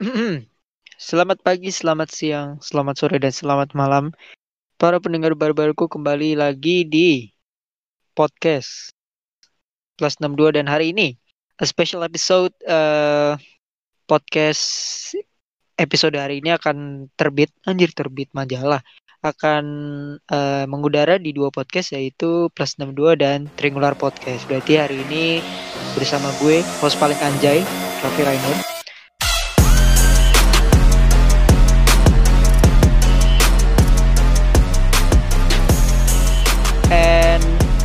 Selamat pagi, selamat siang, selamat sore, dan selamat malam. Para pendengar barbarku kembali lagi di podcast Plus 62 dan hari ini a special episode podcast episode hari ini akan terbit majalah akan mengudara di dua podcast yaitu Plus 62 dan Triangular Podcast. Berarti hari ini bersama gue host paling anjay Raffi Rainur. And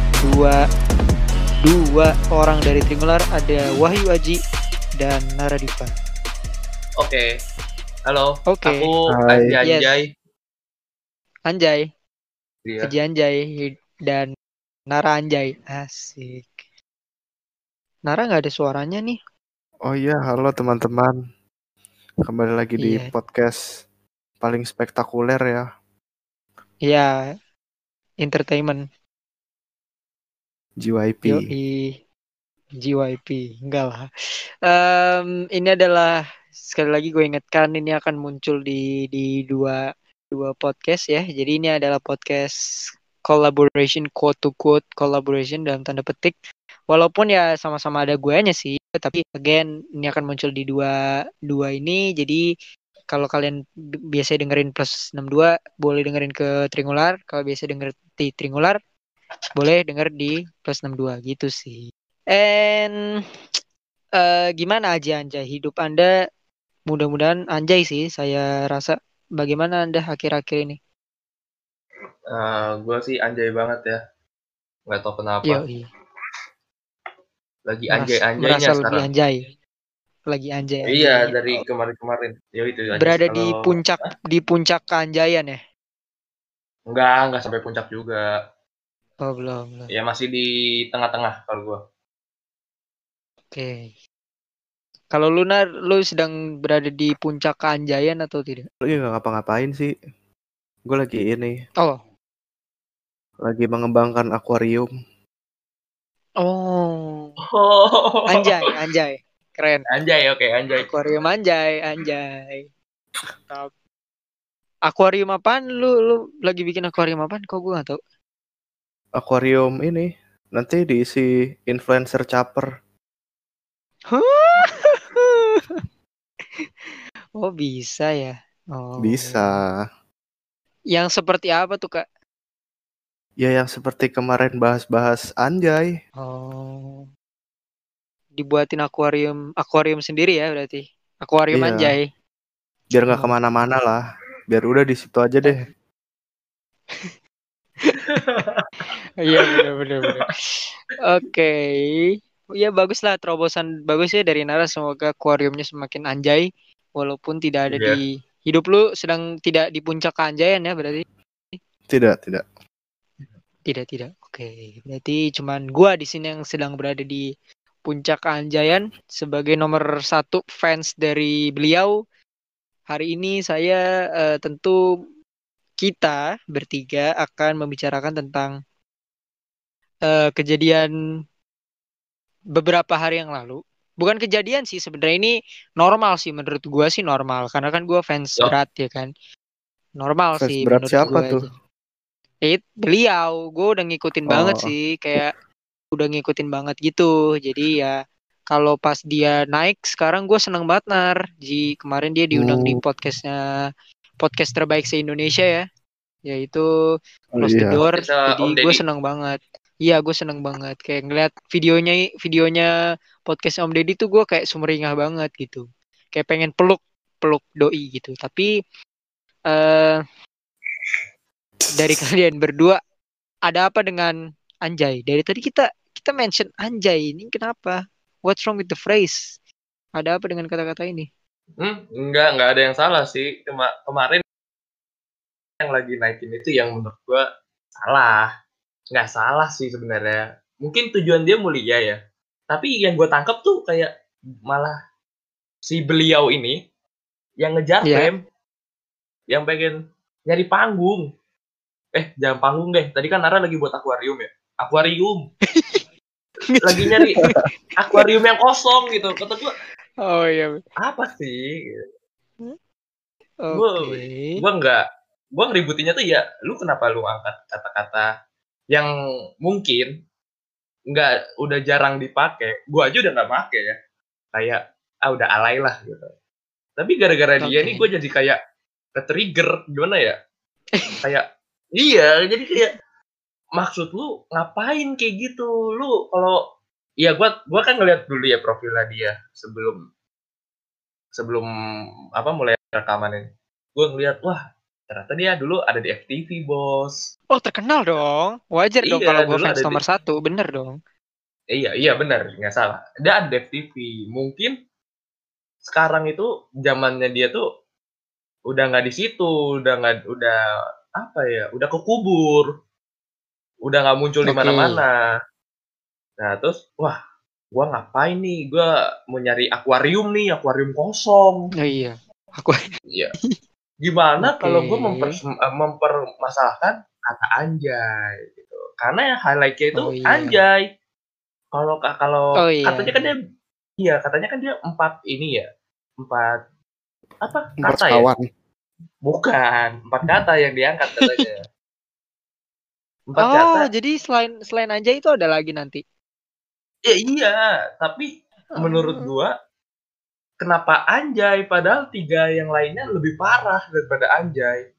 dua orang dari Triangular, ada Wahyu Aji dan Nara Dipa. Oke. Halo. Oke. Aku Hai. Anjay. Anjay. Iya. Aji Anjay dan Nara Anjay. Asik. Nara nggak ada suaranya nih. Oh iya, halo teman-teman. Kembali lagi di Iya. podcast paling spektakuler ya. Iya. Entertainment. JYP. JYP. Enggak lah. Ini adalah sekali lagi gue ingatkan ini akan muncul di dua podcast ya. Jadi ini adalah podcast collaboration, quote to quote collaboration dalam tanda petik. Walaupun ya sama-sama ada guanya sih, tapi again ini akan muncul di dua ini. Jadi kalau kalian biasa dengerin Plus 62 boleh dengerin ke Triangular. Kalau biasa denger di Triangular boleh denger di Plus 62 gitu sih. And gimana aja Anjay hidup Anda? Mudah-mudahan Anjay sih, saya rasa. Bagaimana Anda akhir-akhir ini? Gue sih anjay banget ya. Nggak tahu kenapa. Yoi. Lagi anjay-anjaynya Merasa sekarang. lebih anjay. Lagi anjay. Iya, dari kemarin-kemarin. Ya itu. Berada di puncak keanjayan ya? Enggak sampai puncak juga. Oh, belum. Ya masih di tengah-tengah kalau gue. Oke. Kalau Lunar, lu sedang berada di puncak keanjayan atau tidak? Lu nggak ngapa-ngapain sih. Gue lagi ini. Oh. Lagi mengembangkan akuarium. Oh. Anjay. Keren. Anjay, oke, anjay. Akuarium anjay. Akuarium apaan? Lu lagi bikin akuarium apaan? Kok gue gak tahu. Akuarium ini nanti diisi influencer caper. Oh, bisa ya. Oh. Bisa. Yang seperti apa tuh, Kak? Ya yang seperti kemarin bahas-bahas anjay. Oh. Dibuatin akuarium sendiri ya berarti. Akuarium Iya. anjay. Biar nggak kemana-mana lah. Biar udah di situ aja deh. Iya benar. Oke. Ya bagus lah, terobosan bagus ya dari Nara. Semoga akuariumnya semakin anjay walaupun tidak ada di hidup lu sedang tidak di puncak keanjayan ya berarti. Tidak. Tidak. Oke. Berarti cuman gua di sini yang sedang berada di puncak keanjayan sebagai nomor 1 fans dari beliau. Hari ini saya tentu kita bertiga akan membicarakan tentang kejadian beberapa hari yang lalu. Bukan kejadian sih sebenarnya, ini normal sih menurut gua sih, normal karena kan gua fans berat ya kan. Normal fans sih berat menurut siapa gua tuh? aja. Beliau, gue udah ngikutin banget sih, kayak udah ngikutin banget gitu. Jadi ya kalau pas dia naik sekarang gue seneng banget kemarin dia diundang di podcast terbaik se-Indonesia ya, yaitu Close the Door. Jadi gue seneng banget. Iya, gue seneng banget kayak ngeliat videonya podcast Om Deddy tuh gue kayak sumringah banget gitu. Kayak pengen peluk doi gitu. Tapi dari kalian berdua ada apa dengan anjay? Dari tadi kita mention anjay, ini kenapa? What's wrong with the phrase? Ada apa dengan kata-kata ini? Enggak ada yang salah sih. Kemarin yang lagi naikin itu yang menurut gua salah. Nggak salah sih sebenarnya. Mungkin tujuan dia mulia ya. Tapi yang gue tangkap tuh kayak malah si beliau ini yang ngejar frame, yang pengen nyari panggung. Jangan panggung deh. Tadi kan Nara lagi buat akuarium ya. Akuarium. Lagi nyari akuarium yang kosong gitu. Kata gue, oh iya. Apa sih? Oke. Gue ngeributinnya tuh ya, lu kenapa lu angkat kata-kata yang mungkin udah jarang dipakai. Gue aja udah nggak make ya, kayak udah alay lah gitu. Tapi gara-gara dia nih gue Oke. jadi kayak ke-trigger, gimana ya? Kayak iya, jadi kayak maksud lu ngapain kayak gitu? Lu kalau ya gua kan ngeliat dulu ya profilnya dia sebelum sebelum mulai rekaman ini. Gue ngeliat, wah ternyata dia dulu ada di FTV, bos. Oh, terkenal dong. Wajar dong kalau Iya, gue dulu fans ada di nomor 1. Bener dong. iya benar, nggak salah. Dia ada di FTV. Mungkin sekarang itu zamannya dia tuh udah nggak di situ, udah apa ya, udah kekubur, udah nggak muncul di Oke. mana-mana. Nah terus, wah gua ngapain nih? Gua mau nyari akuarium nih, akuarium kosong. Oh iya. Aku Iya. Gimana oke. kalau gue mempermasalahkan kata anjay gitu. Karena yang highlight-nya itu Oh iya. anjay. Kalau Oh katanya kan iya. dia katanya kan dia 4 ini ya. 4 apa? Empat Kata ya? sekawan. Bukan, 4 kata yang diangkat katanya. 4 kata. Oh, jadi selain Anjay itu ada lagi nanti. Ya iya, tapi menurut Oh. gua kenapa anjay padahal 3 yang lainnya lebih parah daripada anjay.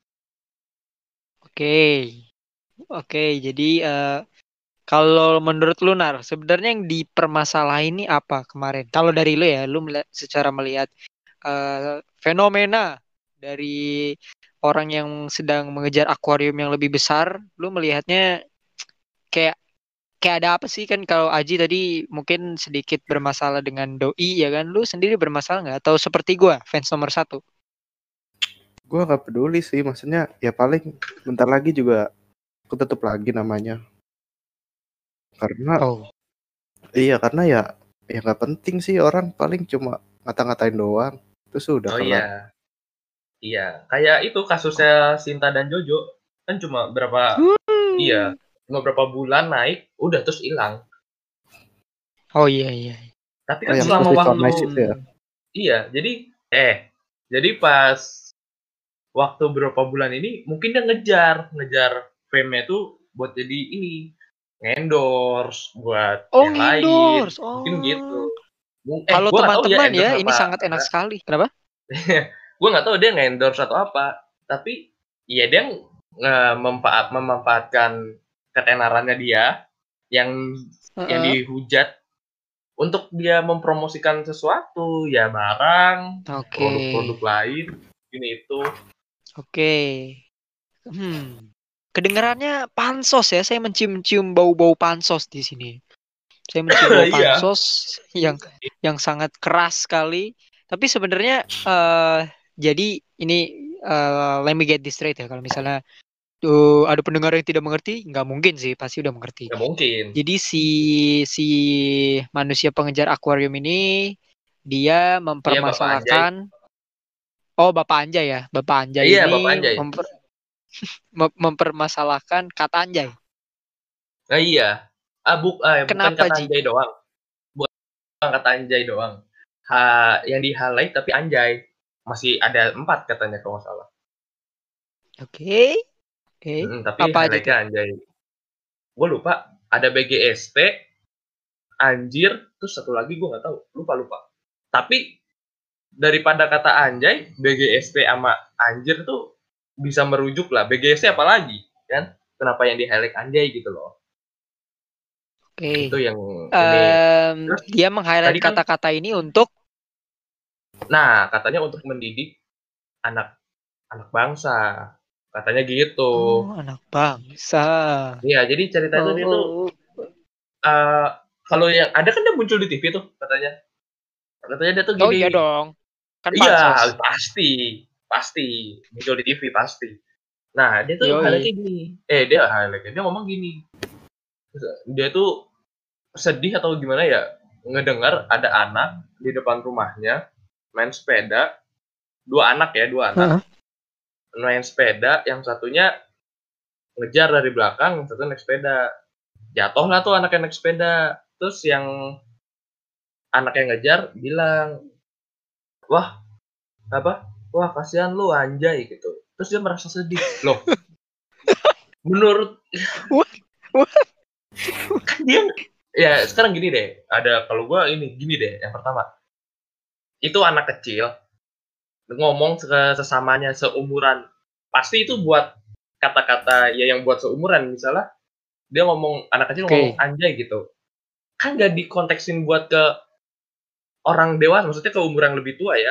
Oke. Oke, jadi kalau menurut lu Nar, sebenarnya yang dipermasalahin ini apa kemarin? Kalau dari lu ya, lu secara melihat fenomena dari orang yang sedang mengejar akuarium yang lebih besar, lu melihatnya kayak kayak ada apa sih? Kan kalau Aji tadi mungkin sedikit bermasalah dengan doi ya kan? Lu sendiri bermasalah nggak? Atau seperti gua, fans nomor 1? Gue nggak peduli sih, maksudnya ya paling bentar lagi juga aku tutup lagi namanya. Karena Oh, karena ya nggak penting sih, orang paling cuma ngata-ngatain doang. Terus udah Oh kelar. iya. Iya, kayak itu kasusnya Sinta dan Jojo kan cuma Wuh. cuma berapa bulan naik, udah terus hilang. Oh iya iya. Tapi Oh, kan yang selama Sweet on waktu Ice itu ya? iya, jadi pas waktu berapa bulan ini mungkin dia ngejar fame-nya tuh buat jadi ini endorse buat Oh, yang lain, endorse. mungkin gitu. Oh. Halo Gua nggak tahu dia teman-teman ya, endorse ini apa. sangat enak sekali. Kenapa? Gue nggak tahu dia nge-endorse atau apa, tapi ya dia memanfaatkan ketenarannya dia yang Heeh. dihujat untuk dia mempromosikan sesuatu, ya barang, Oke. produk-produk lain, ini itu. Oke. Kedengarannya pansos ya. Saya mencium-cium bau-bau pansos di sini. Saya mencium bau Iya. pansos yang sangat keras sekali. Tapi sebenarnya jadi ini let me get this straight ya. Kalau misalnya ada pendengar yang tidak mengerti, nggak mungkin sih, pasti udah mengerti. Nggak mungkin. Jadi si manusia pengejar akuarium ini dia Iya, Bapak Anjay. mempermasalahkan. Oh, Bapak Anjay ya. Bapak Anjay Iya, Bapak ini Anjay. mempermasalahkan kata Anjay. Nah, iya. Bukan Kenapa, kata Ji? Anjay doang. Bukan kata Anjay doang. Yang di-highlight tapi Anjay. Masih ada 4 katanya kalau nggak salah. Oke. Oke. Tapi Apa aja highlight-nya tuh? Anjay. Gue lupa. Ada BGSP, anjir, terus satu lagi gue nggak tahu. Lupa. Tapi daripada kata anjay, BGSP sama anjir tuh bisa merujuk lah. BGSP apalagi, kan? Kenapa yang di-highlight anjay gitu loh. Itu Oke. yang ini. Terus Dia meng-highlight tadi kan, kata-kata ini untuk nah katanya untuk mendidik anak anak bangsa. Katanya gitu. anak bangsa. Iya, jadi cerita itu dia tuh Oh. eh kalau yang ada kan dia muncul di TV tuh katanya. Katanya dia tuh Oh iya gini. dong. Kan Iya, bansos. pasti muncul di TV pasti. Nah, dia tuh Yoi. highlight-nya gini. Dia ngomong gini. Dia tuh sedih atau gimana ya ngedengar ada anak di depan rumahnya main sepeda, dua anak Heeh. main sepeda, yang satunya ngejar dari belakang, yang satu naik sepeda. Jatuh lah tuh anak yang naik sepeda. Terus yang anak yang ngejar bilang, wah apa? wah kasihan lu anjay gitu. Terus dia merasa sedih. Loh, menurut What? kan dia ya sekarang gini deh. Ada kalau gua ini gini deh. Yang pertama, itu anak kecil ngomong ke sesamanya seumuran. Pasti itu buat kata-kata ya yang buat seumuran, misalnya dia ngomong anak kecil ngomong Oke. anjay gitu. Kan nggak dikonteksin buat ke orang dewasa, maksudnya ke umur yang lebih tua ya.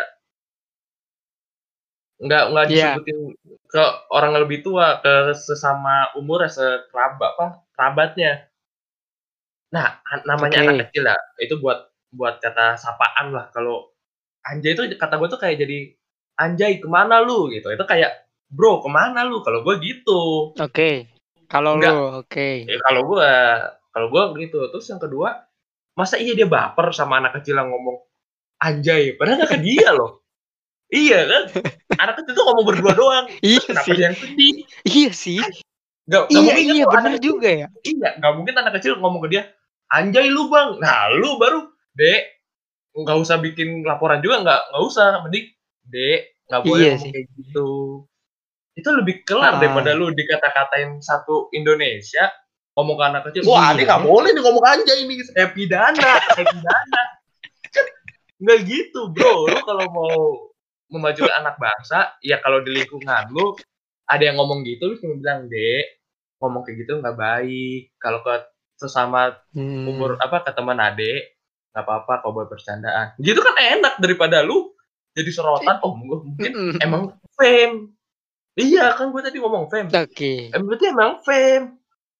Nggak Iya. disebutin ke orang yang lebih tua, ke sesama umur, kerabatnya. Nah, namanya anak Oke. kecil ya, itu buat kata sapaan lah. Kalau anjay itu kata gue tuh kayak jadi, "Anjay kemana lu?" Gitu. Itu kayak, "Bro kemana lu?" Kalau gue gitu. Oke. Kalau Enggak, lu, oke. kalau gue gitu. Terus yang kedua, masa iya dia baper sama anak kecil yang ngomong anjay, padahal nggak ke dia loh. Iya kan? Anak kecil tuh ngomong berdua doang. Terus Iya kenapa sih. dia yang sedih? Iya sih. Kan nggak Iya mungkin kan iya tuh anak bener kecil juga ya. iya, nggak mungkin anak kecil ngomong ke dia, "Anjay lu Bang." Nah lu baru, "Dek, nggak usah bikin laporan juga nggak usah, mending, Dek, nggak boleh Iya ngomong sih. kayak gitu." Itu lebih kelar daripada Heeh. lu dikata-katain satu Indonesia, ngomong ke anak kecil, "Wah ini Iya nggak ya. boleh nih ngomong anjay ini, pidana." Nggak gitu Bro, lu kalau mau memajukan anak bangsa, ya kalau di lingkungan lu ada yang ngomong gitu, lu cuma bilang, "Dek, ngomong kayak gitu nggak baik. Kalau ke sesama umur Hmm. ke teman adek, nggak apa-apa kalau buat bercandaan." Gitu kan enak daripada lu jadi sorotan, oh mungkin Mhm. emang fame. Iya kan gue tadi ngomong fame. Oke. Berarti emang fame.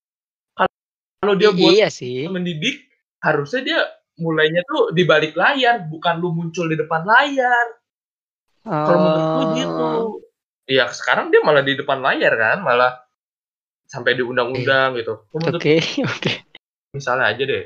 Kalau dia buat Iya sih. mendidik, harusnya dia mulainya tuh di balik layar, bukan lu muncul di depan layar. Kalau menurut gue gitu. Oh. Iya, sekarang dia malah di depan layar kan, malah sampai Oke. diundang-undang gitu. Menurut Oke. Oke. misalnya aja deh,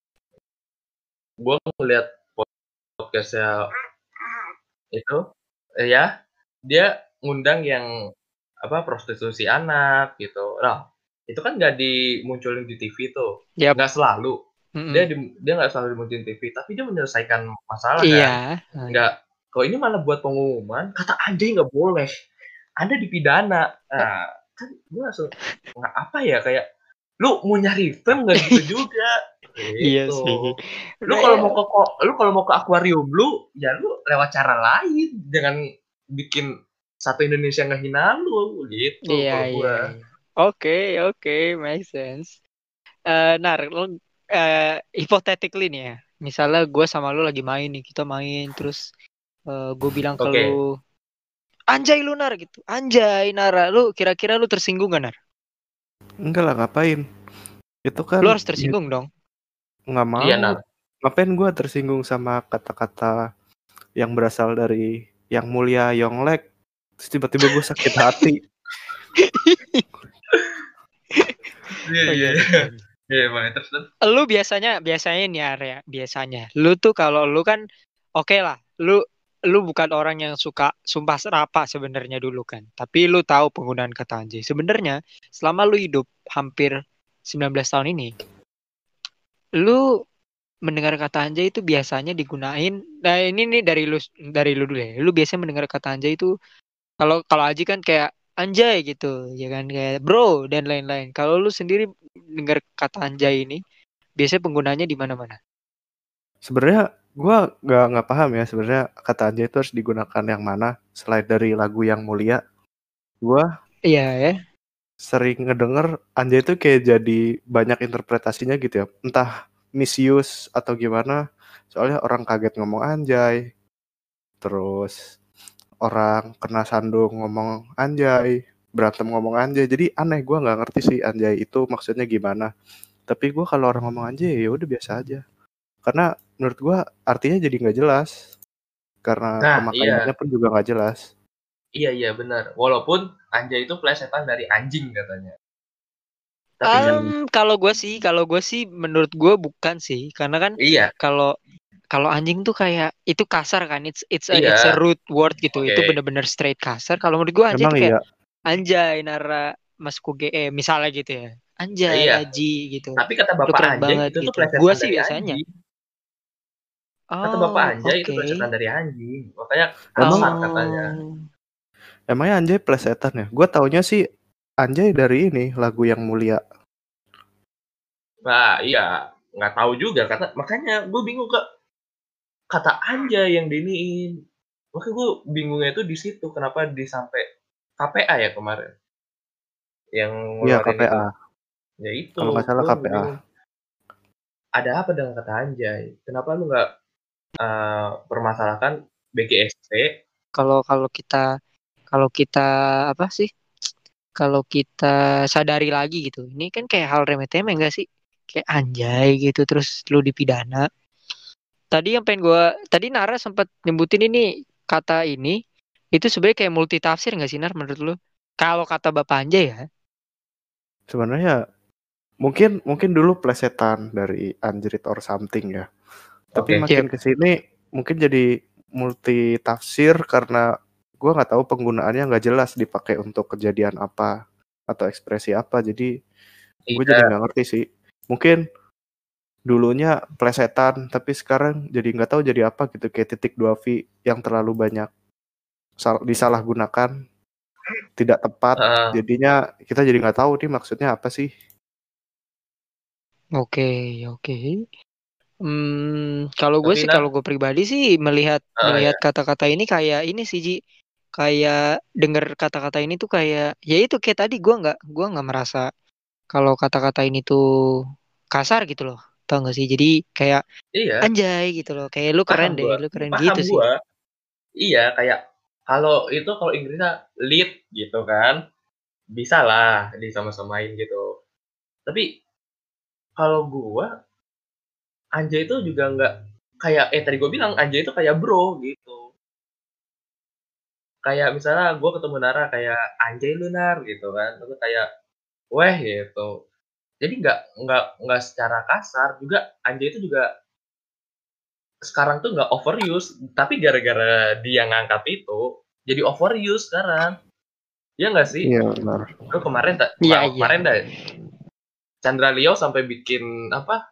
gue ngeliat podcast-nya itu, ya, dia ngundang yang prostitusi anak gitu. Nah, itu kan nggak dimunculin di TV tuh, Yap. nggak selalu. Mhm. Dia nggak selalu dimunculin TV, tapi dia menyelesaikan masalah kan. Iya. Nggak, kalau ini malah buat pengumuman, kata anjing nggak boleh, Anda dipidana. Nah, kan gue langsung, nggak apa ya, kayak, lu mau nyari fame nggak gitu juga, Iya gitu. sih. Lu Nah, kalau ya. mau ke akuarium ya lu lewat cara lain, jangan bikin satu Indonesia ngehina lu, gitu Iya kalau iya gua. iya. Oke oke, make sense. Nar, lu hypothetically nih ya. Misalnya gue sama lu lagi main nih, kita main terus gue bilang ke lu, Oke, anjay lu Nar gitu. Anjay Nara, lu kira-kira lu tersinggung gak Nar? Enggak lah, ngapain? Itu kan Lu harus tersinggung dong. nggak iya mau. Nar. Ngapain gue tersinggung sama kata-kata yang berasal dari Yang Mulia Yonglek, terus tiba-tiba gue sakit hati. Iya Oh iya iya iya. benar. Iya boleh terus. Lu biasanya nih area biasanya. Lu tuh kalau lu kan oke lah, lu bukan orang yang suka sumpah serapah sebenarnya dulu kan. Tapi lu tahu penggunaan kata anjay. Sebenarnya selama lu hidup hampir 19 tahun ini, lu mendengar kata anjay itu biasanya digunain. Nah, ini nih dari lu dulu ya. Lu biasanya mendengar kata anjay itu kalau kalau Aji kan kayak anjay gitu, ya kan kayak bro dan lain-lain. Kalau lu sendiri dengar kata anjay ini, biasanya penggunanya di mana-mana. Sebenarnya gue nggak paham ya sebenarnya kata anjay itu harus digunakan yang mana selain dari lagu Yang Mulia. Gue Iya ya. sering ngedenger anjay itu kayak jadi banyak interpretasinya gitu ya. Entah misuse atau gimana. Soalnya orang kaget ngomong anjay. Terus orang kena sandung ngomong anjay. Berantem ngomong anjay. Jadi aneh, gue nggak ngerti sih anjay itu maksudnya gimana. Tapi gue kalau orang ngomong anjay ya udah biasa aja. Karena menurut gue artinya jadi nggak jelas. Karena Nah, pemakaiannya iya. pun juga nggak jelas. Iya iya benar. Walaupun anjay itu plesetan dari anjing katanya. Tapi kan Kalau gue sih menurut gue bukan sih, karena kan iya, kalau kalau anjing tuh kayak itu kasar kan, it's a iya. rude word gitu, itu Oke. bener-bener straight kasar. Kalau menurut gue anjing Emang itu kayak iya. anjay Nara Mas Kuge misalnya gitu ya, anjay Iya. Aji gitu, Tapi kata lu Bapak keren anjay banget itu tuh gitu. Gue plesetan sih dari biasanya, anjing. Kata Bapak oh anjay itu oke, plesetan dari anjing. Makanya Emang kasar katanya. oh Emangnya anjay plesetan ya? Gue taunya sih anjay dari ini lagu Yang Mulia. Nah, iya, nggak tahu juga makanya gue bingung kata anjay yang diniin. Makanya gue bingungnya itu di situ kenapa sampai KPA ya kemarin yang Iya ngeluarin itu. KPA. Ya itu, Kalau nggak salah gue KPA. bingung. Ada apa dengan kata anjay? Kenapa lu nggak permasalahkan BGSP? Kalau kita apa sih? Kalau kita sadari lagi gitu, ini kan kayak hal remeh-temeh enggak sih? Kayak anjay gitu terus lu dipidana. Tadi Nara sempat nyebutin ini kata ini itu sebenarnya kayak multitafsir nggak sih Nar menurut lu? Kalau kata Bapak Anjay ya. Sebenarnya mungkin dulu plesetan dari anjrit or something ya. Tapi Oke. makin kesini mungkin jadi multi tafsir karena gue nggak tahu penggunaannya nggak jelas dipakai untuk kejadian apa atau ekspresi apa. Jadi gue jadi nggak ngerti sih. Mungkin dulunya plesetan tapi sekarang jadi nggak tahu jadi apa gitu, kayak titik 2V yang terlalu banyak disalahgunakan, tidak tepat. Jadinya kita jadi nggak tahu nih maksudnya apa sih. Oke. Kalau gue pribadi sih melihat kata-kata ini kayak ini sih Ji, kayak denger kata-kata ini tuh kayak ya itu kayak tadi gue nggak merasa kalau kata-kata ini tuh kasar gitu loh, tau gak sih? Jadi kayak anjay gitu loh, kayak lu keren deh, lu keren gitu sih. Iya, kayak kalau Inggrisnya lead gitu kan, bisa lah disama-samain gitu. Tapi kalau gua anjay itu juga nggak kayak tadi gue bilang anjay itu kayak bro gitu. Kayak misalnya gue ketemu Nara kayak anjay lu Nar gitu kan, terus kayak weh gitu. Jadi nggak secara kasar juga. Anjay itu juga sekarang tuh nggak overuse, tapi gara-gara dia ngangkat itu jadi overuse sekarang. Iya nggak sih? Iya benar. Lu kemarin kemarin dah Chandra Leo sampai bikin apa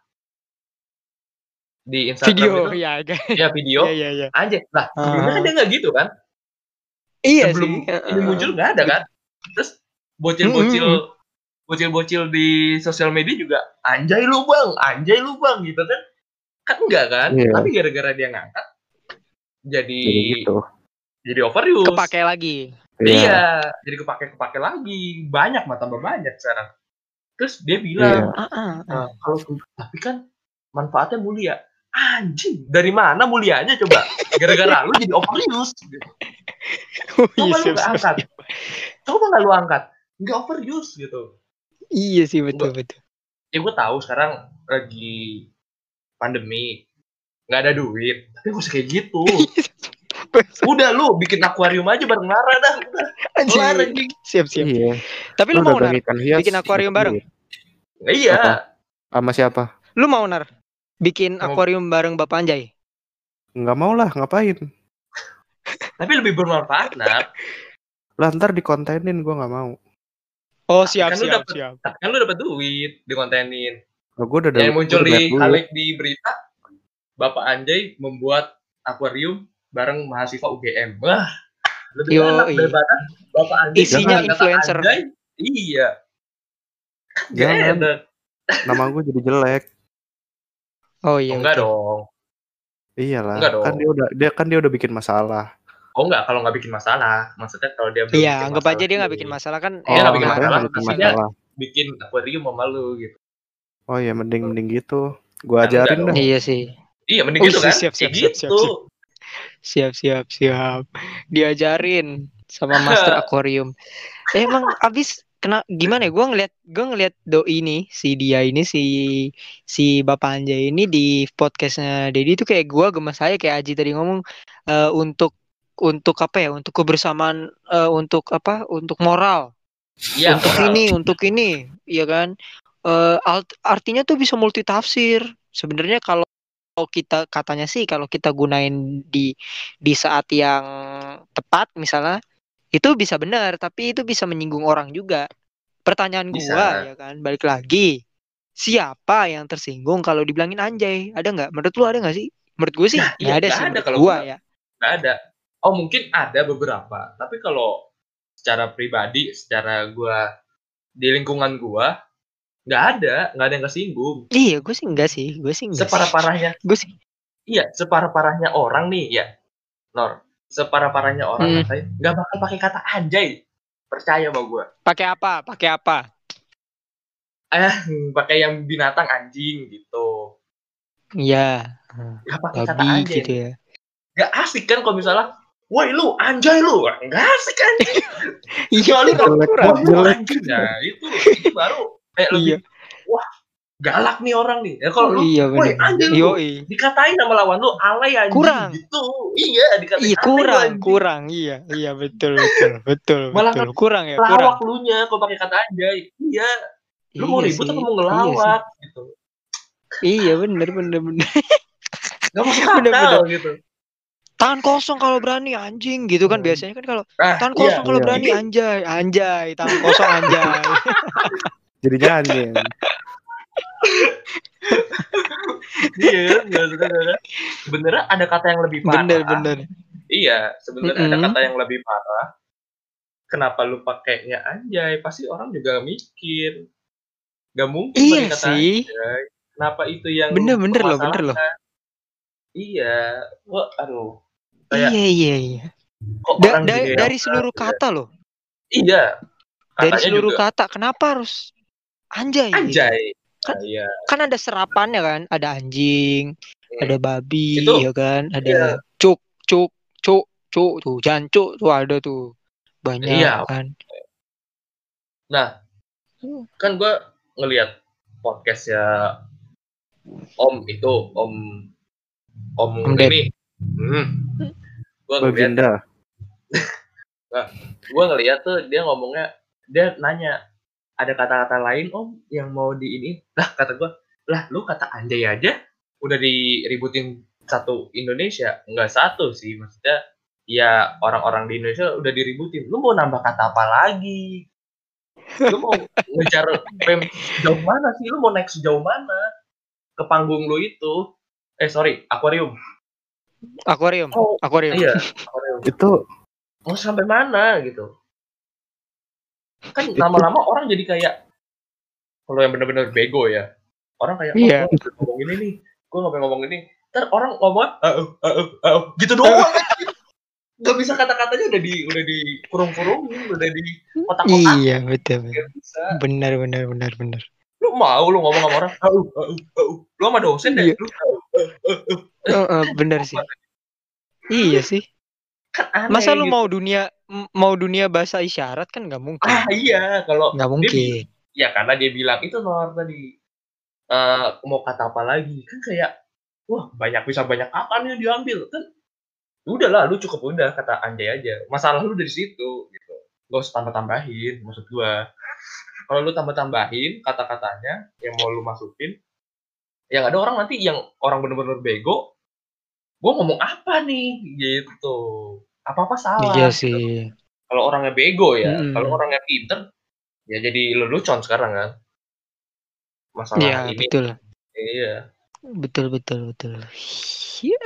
di Instagram video, itu video iya. anjay lah, sebelumnya kan dia nggak gitu kan. Iya sebelum sih. ini muncul nggak ada kan. Terus bocil-bocil di sosial media juga anjay lu bang gitu kan enggak kan. Tapi gara-gara dia ngangkat jadi gitu. Jadi overuse. Kepake lagi. Iya, jadi kepake lagi. Banyak tambah banyak sekarang. Terus dia bilang, kalau tapi kan manfaatnya mulia. Anjing, dari mana mulianya coba? Gara-gara lu jadi overuse. Gitu. Coba lu nggak angkat. Coba nggak lu angkat. Nggak overuse gitu. Iya sih, betul. Ya gue tahu sekarang lagi pandemi. Nggak ada duit. Tapi gak usah kayak gitu. Udah lu bikin akuarium aja bareng Nara dah. Anjing. Siap. Iya. Tapi lu mau Nar bikin akuarium bareng? Iya. Sama siapa? Lu mau Nar bikin akuarium bareng Bapak Anjay? Nggak mau lah, ngapain? Tapi lebih bermanfaat, Nak. Lah ntar dikontenin, gue nggak mau. Oh siap. Kan lu dapet duit dikontenin. Gue udah yang muncul di berita, Bapak Anjay membuat akuarium bareng mahasiswa UGM. Wah, lebih enak daripada Bapak Anjay isinya influencer. Anjay. Iya. Jangan. Nama gue jadi jelek. Oh iya. Enggak dong. Iyalah. Kan dia udah bikin masalah. Oh enggak, kalau nggak bikin masalah. Maksudnya kalau dia iya, anggap aja dia nggak bikin masalah kan. Dia nggak bikin masalah. Dia bikin akuarium sama lu gitu. Oh iya, mending gitu. Gue ajarin dah. Iya sih. Iya, mending gitu kan. Siap. Diajarin sama master akuarium. Emang abis gimana ya? Gue ngeliat doi ini si Bapak Anjay ini di podcastnya Dedi itu kayak gue gemes aja, kayak Aji tadi ngomong, untuk apa ya? Untuk kebersamaan, untuk apa? Untuk moral. Ya, untuk ini, iya kan? Artinya tuh bisa multitafsir. Sebenarnya kalau kita katanya sih kalau kita gunain di saat yang tepat misalnya itu bisa benar, tapi itu bisa menyinggung orang juga. Pertanyaan gua ya kan, balik lagi, siapa yang tersinggung kalau dibilangin anjay? Ada nggak? Menurut lu ada nggak sih? Menurut gue sih nggak ada sih. Menurut kalau gua ya. Nggak ada. Oh mungkin ada beberapa, tapi kalau secara pribadi, secara gua di lingkungan gua nggak ada yang kesinggung. Iya, gue sih enggak sih. Separah-parahnya, Gue sih. iya, separah-parahnya orang nih ya, Nor. Separah-parahnya orang ngatain nggak bakal pakai kata anjay. Percaya sama gua. Pakai apa? Pakai yang binatang anjing gitu. Iya. Nggak pakai kata Babi anjay. gitu ya. Nggak asik kan kalau misalnya, woi lu anjay lu, nggak asik anjing. Iya, Kecuali kalau kurang. wah lu anjing, nah itu baru kayak lebih wah galak nih orang nih. Ya kalau lu, woi anjing lu, dikatain sama lawan lu alay anjing kurang. gitu. Iya, dikatain Iya, kurang. Iya, betul. Malah betul. kurang ya, Lawak lu nya kalau pakai kata anjay. Iya. Lu mau ribut atau mau ngelawak gitu. Iya, bener. Gak masuk akal gitu. Tangan kosong kalau berani anjing gitu kan biasanya kan kalau tangan kosong kalau berani anjay, tangan kosong anjay. Jadinya anjing. Iya, sebenarnya ada kata yang lebih parah. Bener. Iya, sebenarnya ada kata yang lebih parah. Kenapa lu pakainya anjay? Pasti orang juga mikir. Gak mungkin pakai kata anjay. Kenapa itu yang bener loh. Iya, wah, aduh. Kayak, iya. Dari seluruh kata loh. Iya. Dari seluruh kata, kenapa harus anjay? Anjay. Gitu? Kan ada serapannya kan, ada anjing, ada babi, itu, ya kan, ada cuk, tuh, jancuk tuh ada tuh, banyak kan. Nah, kan gue ngelihat podcast ya Om ini. Gue ngeliat. Gue ngeliat tuh dia ngomongnya, dia nanya ada kata-kata lain Om yang mau di ini. Lah kata gue, lah lu kata anjay aja udah diributin satu Indonesia. Enggak satu sih, maksudnya ya orang-orang di Indonesia udah diributin. Lu mau nambah kata apa lagi? Lu mau ngejar fame sejauh mana sih? Lu mau naik sejauh mana? Ke panggung lu itu. Akuarium. Iya, akuarium. Itu mau sampai mana gitu. Kan lama-lama orang jadi kayak, kalau yang benar-benar bego ya, orang kayak, gue ngomong ini nih, gue nggak pengen ngomong ini. Ntar orang ngomong, gitu doang. Gak bisa kata-katanya udah dikurung-kurungin, udah di kotak-kotak. Iya betul. Benar. Lu mau lu ngomong sama orang, lu sama dosen deh. Bener sih. Iya sih. Kan aneh, masa lu gitu. mau dunia bahasa isyarat kan nggak mungkin. Iya, kalau nggak mungkin. Ya karena dia bilang itu Nor tadi. Mau kata apa lagi? Kan kayak, wah banyak apa nih yang diambil kan? Udahlah, lu cukup udah kata anjay aja. Masalah lu dari situ gitu. Gak usah tambah-tambahin, maksud gua. Kalau lu tambah-tambahin kata-katanya yang mau lu masukin, yang ada orang nanti yang orang bener-bener bego, gua ngomong apa nih gitu. Apa-apa salah. Iya sih. Kalau orangnya bego ya, kalau orangnya pinter, ya jadi lelucon sekarang kan. Masalah ini. Betul. Iya. Betul. Iya,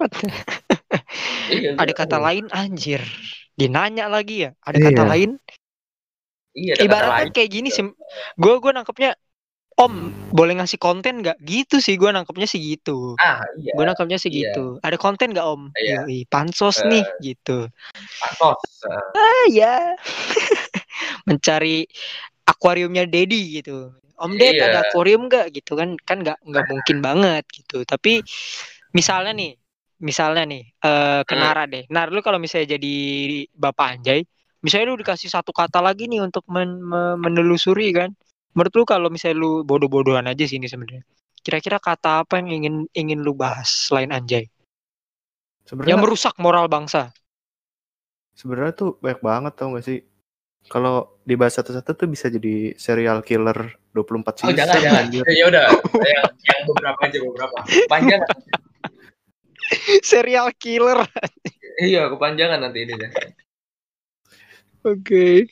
ada kata lain anjir. Dinanya lagi ya, ada kata lain. Iya, ibaratnya kayak gini sih. Gue nangkepnya, Om boleh ngasih konten nggak? Gitu sih gue nangkepnya sih gitu. Iya. Gue nangkepnya sih gitu. Ada konten nggak Om? Iya. Pansos nih gitu. Pansos. Ya. Mencari akuariumnya Dedi gitu. Om Ded ada akuarium nggak gitu kan nggak mungkin banget gitu. Tapi misalnya nih ke Nara deh. Lu kalau misalnya jadi Bapak Anjay, misalnya lu dikasih satu kata lagi nih untuk menelusuri kan. Menurut lu kalau misalnya lu bodoh-bodohan aja sih ini sebenarnya. Kira-kira kata apa yang ingin lu bahas selain anjay? Sebenarnya yang merusak moral bangsa. Sebenarnya tuh banyak banget tau gak sih? Kalau dibahas satu-satu tuh bisa jadi serial killer 24 season. Jangan. Ya udah, yang beberapa. Panjang. Serial killer. Iya, kepanjangan nanti ini deh. Oke.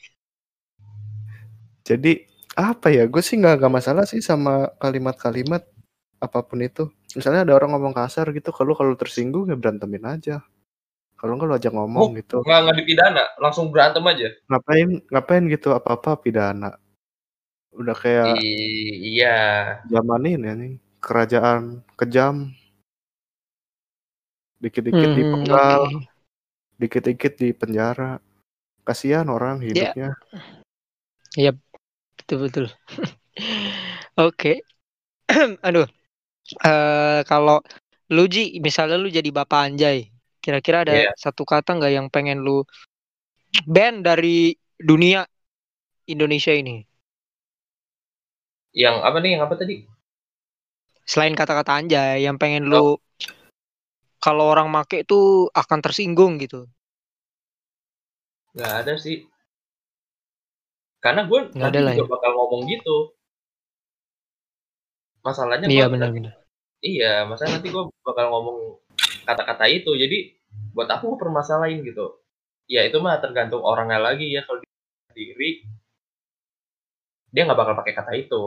Jadi apa ya? Gue sih nggak masalah sih sama kalimat-kalimat apapun itu. Misalnya ada orang ngomong kasar gitu, kalau tersinggung ya berantemin aja. Kalau enggak lu ajak ngomong gitu. Nggak dipidana, langsung berantem aja. Ngapain gitu apa-apa pidana. Udah kayak Iya. zaman ini nih, kerajaan kejam. Dikit-dikit dipenggal, Oke. dikit-dikit di penjara. Kasihan orang Ya, hidupnya. ya betul. Oke. Aduh. Kalau lu Ji, misalnya lu jadi bapak anjay, kira-kira ada Iya. satu kata nggak yang pengen lu ban dari dunia Indonesia ini? Yang apa nih? Yang apa tadi? Selain kata-kata anjay, yang pengen Oh, lu kalau orang make itu akan tersinggung gitu. nggak ada sih. Karena gue Nggak nanti ada lah juga ya. bakal ngomong gitu. Masalahnya gue Iya nanti, benar-benar. masalahnya nanti gue bakal ngomong kata-kata itu. Jadi buat apa gue permasalahin gitu? Ya itu mah tergantung orangnya lagi ya. Kalau dia sendiri, dia nggak bakal pakai kata itu.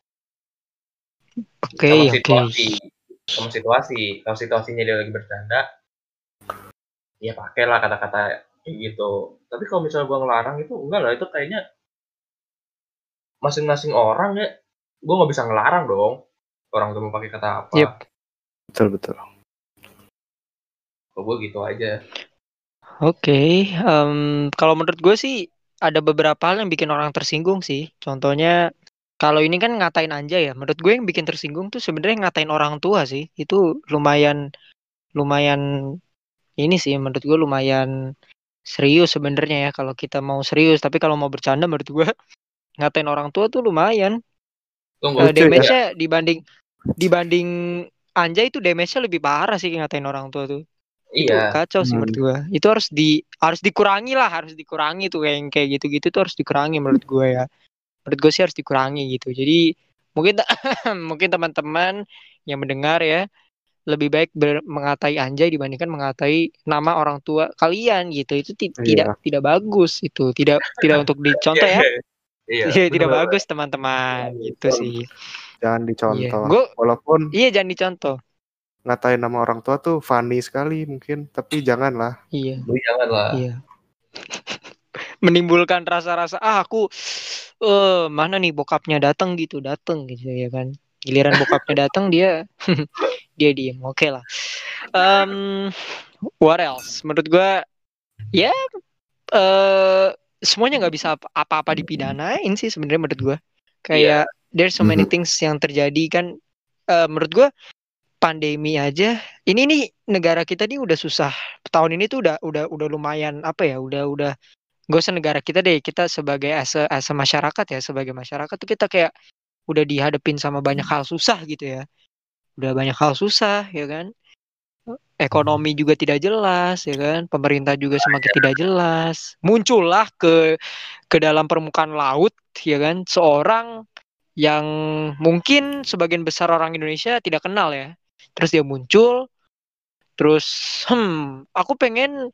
Sama Oke. situasi. Kalau situasinya dia lagi bercanda, ya pakailah kata-kata kayak gitu. Tapi kalau misalnya gue ngelarang itu enggak lah, itu kayaknya masing-masing orang ya. Gue nggak bisa ngelarang dong orang tuh mau pakai kata apa. Yep. Betul. Kalau gue gitu aja. Oke. Kalau menurut gue sih ada beberapa hal yang bikin orang tersinggung sih. Contohnya kalau ini kan ngatain anjay ya. Menurut gue yang bikin tersinggung tuh sebenarnya ngatain orang tua sih. Itu lumayan lumayan ini sih menurut gue lumayan serius sebenarnya ya kalau kita mau serius. Tapi kalau mau bercanda menurut gue ngatain orang tua tuh lumayan. Tunggu. Lucu ya. Damage-nya dibanding anjay itu damage-nya lebih parah sih ngatain orang tua tuh. Itu Iya. kacau sih menurut gua. Itu harus dikurangi lah, harus dikurangi tuh kayak gitu-gitu tuh harus dikurangi menurut gua ya. Menurut gua sih harus dikurangi gitu. Jadi mungkin mungkin teman-teman yang mendengar ya lebih baik mengatai anjay dibandingkan mengatai nama orang tua kalian gitu. Itu tidak Iya. tidak bagus itu. Tidak untuk Iya, dicontoh ya. iya. Iya, Tidak benar. bagus teman-teman gitu sih. Jangan Iya. dicontoh. Gua Walaupun iya jangan dicontoh. ngatain nama orang tua tuh funny sekali mungkin, tapi janganlah. Iya. Janganlah. Iya. Menimbulkan rasa-rasa aku mana nih bokapnya datang gitu ya kan, giliran bokapnya datang dia dia diem. Oke lah. What else menurut gue ya, semuanya nggak bisa apa-apa dipidanain sih sebenarnya menurut gue. Iya. Kayak there's so many things yang terjadi kan. Menurut gue pandemi aja ini nih negara kita nih udah susah tahun ini tuh udah lumayan apa ya, udah gak usah negara kita deh, kita sebagai as a masyarakat ya, sebagai masyarakat tuh kita kayak udah dihadapin sama banyak hal susah gitu ya. Udah banyak hal susah ya kan. Ekonomi juga tidak jelas ya kan. Pemerintah juga semakin tidak jelas. Muncullah ke dalam permukaan laut ya kan seorang yang mungkin sebagian besar orang Indonesia tidak kenal ya. Terus dia muncul, terus aku pengen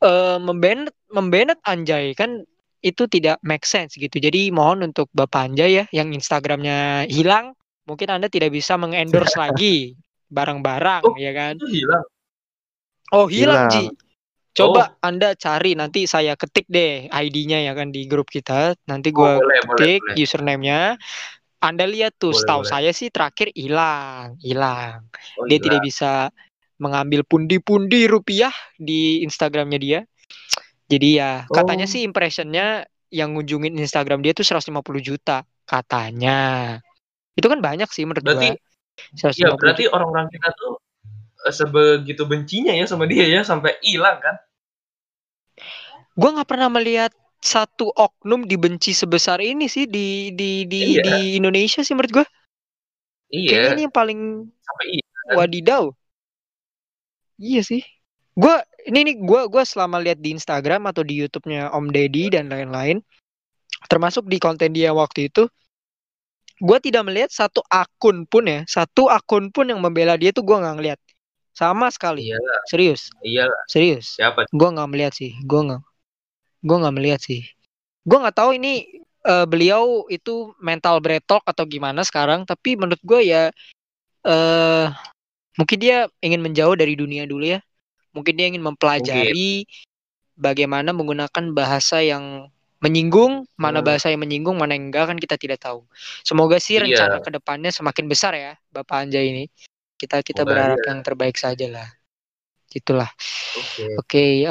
membanet Anjay kan itu tidak make sense gitu. Jadi mohon untuk Bapak Anjay ya yang Instagramnya hilang, mungkin Anda tidak bisa mengendorse lagi barang-barang Oh, ya kan. itu hilang. Oh hilang Hilang. Ji. Coba Oh, Anda cari, nanti saya ketik deh ID-nya ya kan di grup kita. Nanti oh gua boleh. ketik username-nya. Anda lihat tuh, setahu Boleh. saya sih terakhir hilang. Oh, Dia tidak hilang. bisa mengambil pundi-pundi rupiah di Instagramnya dia. Jadi ya katanya Oh, sih impressionnya yang ngunjungin Instagram dia tuh 150 juta katanya. Itu kan banyak sih menurut gua. berarti 150 berarti juta. orang-orang kita tuh sebegitu bencinya ya sama dia ya sampai hilang kan? Gua nggak pernah melihat satu oknum dibenci sebesar ini sih di Iya, Indonesia sih menurut gua. Kayaknya ini iya, yang paling sampai hilang kan? wadidaw. Iya sih. Gua selama lihat di Instagram atau di YouTube-nya Om Deddy dan lain-lain, termasuk di konten dia waktu itu, gua tidak melihat satu akun pun yang membela dia tuh gua nggak ngeliat sama sekali. Iya, Serius, iya. serius. Siapa? Gua nggak melihat sih. Gua nggak melihat sih. Gua nggak tahu ini beliau itu mental breakdown atau gimana sekarang. Tapi menurut gua ya mungkin dia ingin menjauh dari dunia dulu ya. Mungkin dia ingin mempelajari bagaimana menggunakan bahasa yang menyinggung, mana bahasa yang menyinggung, mana yang enggak kan kita tidak tahu. Semoga sih rencana kedepannya semakin besar ya, Bapak Anjay ini. Kita berharap yang terbaik saja lah. Itulah. Oke.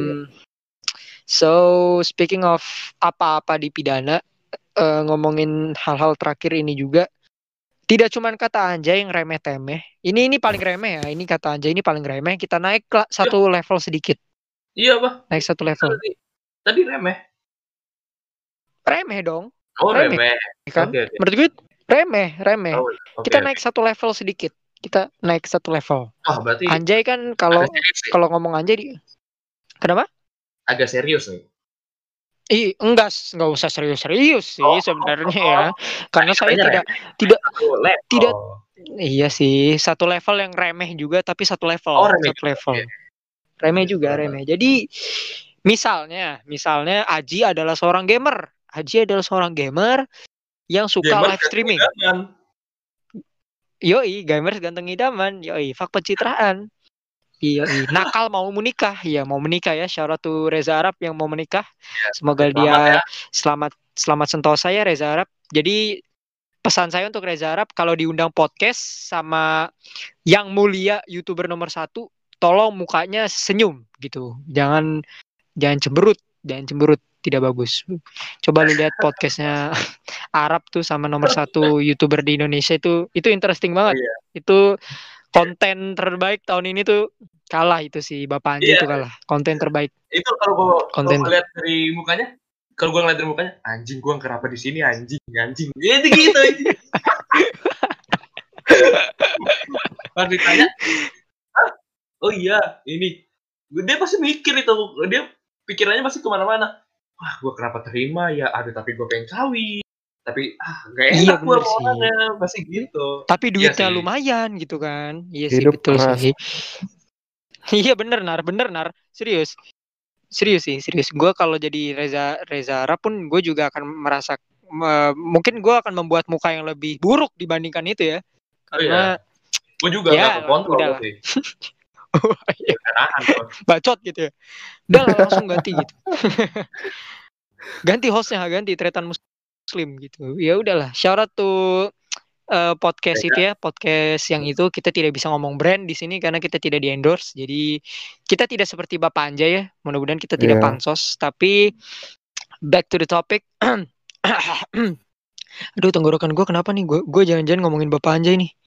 So speaking of apa-apa dipidana, ngomongin hal-hal terakhir ini juga. Tidak cuman kata Anjay yang remeh-temeh. Ini paling remeh ya. Ini kata Anjay ini paling remeh. Kita naik satu level sedikit. Iya, Bah. Naik satu level. Tadi remeh. Remeh dong. Oh, remeh. Kan? Okay. Menurut gue remeh. Kita naik satu level sedikit. Kita naik satu level. Berarti Anjay kan kalau ngomong Anjay kenapa? Agak serius nih. Enggak usah serius-serius sih sebenarnya ya. Karena saya tidak iya sih, satu level yang remeh juga tapi satu level. Remeh juga. Jadi misalnya Aji adalah seorang gamer. Yang suka live streaming. Yoi, gamers ganteng idaman. Yoi, fak pencitraan. Iya, nakal mau menikah ya, shout out to Reza Arab yang mau menikah. Semoga dia selamat sentosa ya Reza Arab. Jadi pesan saya untuk Reza Arab kalau diundang podcast sama yang mulia YouTuber nomor 1, tolong mukanya senyum gitu. Jangan cemberut, tidak bagus. Coba lu lihat podcastnya Arab tuh sama nomor 1 YouTuber di Indonesia itu interesting banget. Itu konten terbaik tahun ini tuh kalah itu sih Bapak Anjay itu kalah. Konten terbaik. Itu kalau gue lihat dari mukanya, anjing gua kenapa di sini anjing. Gitu. Pas ditanya, oh iya ini, dia pasti mikir itu, dia pikirannya pasti kemana-mana. Wah, gue kenapa terima ya? Aduh, tapi gue pengen kawin. Tapi gak enak gue orangnya, pasti gitu. Tapi duitnya lumayan gitu kan. Iya sih, hidup betul keras. sih. Iya bener nar. Serius. Gue kalau jadi Reza Arab pun gue juga akan merasa mungkin gue akan membuat muka yang lebih buruk dibandingkan itu ya. Karena gue juga gak kekontrol sih. Bacot gitu ya. Udah langsung ganti gitu. Ganti hostnya, ganti Tretan Muslim gitu. Ya udahlah, shout out to podcast itu ya, podcast yang itu kita tidak bisa ngomong brand di sini karena kita tidak di endorse. Jadi kita tidak seperti Bapak Anjay ya. Mudah-mudahan kita tidak pansos. Tapi back to the topic. Aduh, tenggorokan gue kenapa nih? Gue jangan-jangan ngomongin Bapak Anjay nih.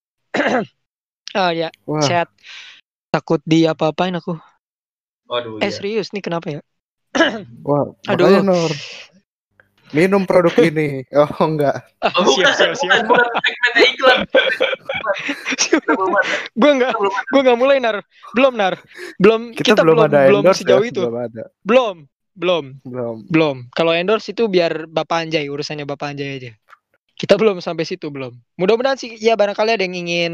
Ya, sehat. Takut di apa-apain aku. Waduh, serius nih kenapa ya? Wah, aduh. Nur. Minum produk ini. Oh enggak. Siap. Bukan segmennya iklan. Gue nggak mulai Nar. Belum. Kita belum sejauh ya? Itu. Belum. Kalau endorse itu biar Bapak Anjay, urusannya Bapak Anjay aja. Kita belum sampai situ belum. Mudah-mudahan sih ya barangkali ada yang ingin.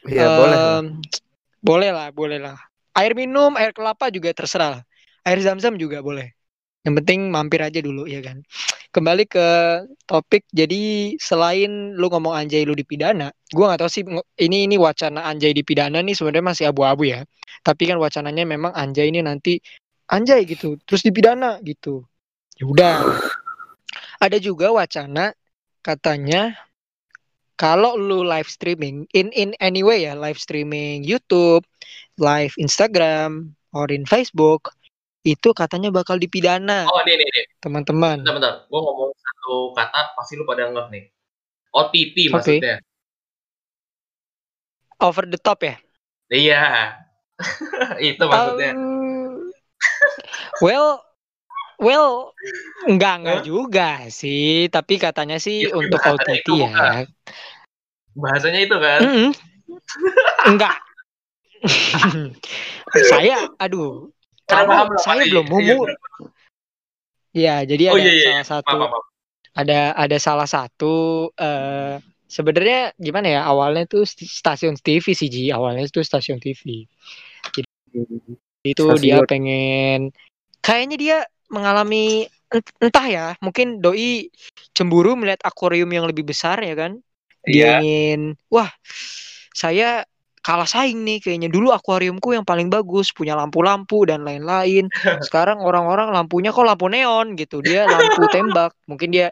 Boleh lah. Air minum, air kelapa juga terserah. Air zam-zam juga boleh. Yang penting mampir aja dulu ya kan. Kembali ke topik. Jadi selain lu ngomong Anjay lu dipidana, gue nggak tahu sih ini wacana Anjay dipidana nih sebenarnya masih abu-abu ya. Tapi kan wacananya memang Anjay ini nanti Anjay gitu, terus dipidana gitu. Ya udah. Ada juga wacana katanya kalau lu live streaming in any way ya, live streaming YouTube, live Instagram, or in Facebook, itu katanya bakal dipidana. Oh, nih. Teman-teman. Bentar. Gue ngomong satu kata, pasti lu pada ngeh nih. OTT maksudnya. Over the top ya? Iya. Itu maksudnya. Well, enggak juga sih. Tapi katanya sih untuk OTT ya. Bahasanya itu kan? Enggak. Saya belum umur. Ya, jadi ada salah satu sebenarnya gimana ya, awalnya tuh stasiun TV sih Ji, awalnya itu stasiun TV. Jadi itu dia pengen, kayaknya dia mengalami entah ya, mungkin doi cemburu melihat akuarium yang lebih besar ya kan. Dia ingin, wah, saya kalah saing nih kayaknya. Dulu akuariumku yang paling bagus, punya lampu-lampu dan lain-lain. Sekarang orang-orang lampunya kok lampu neon gitu. Dia lampu tembak. Mungkin dia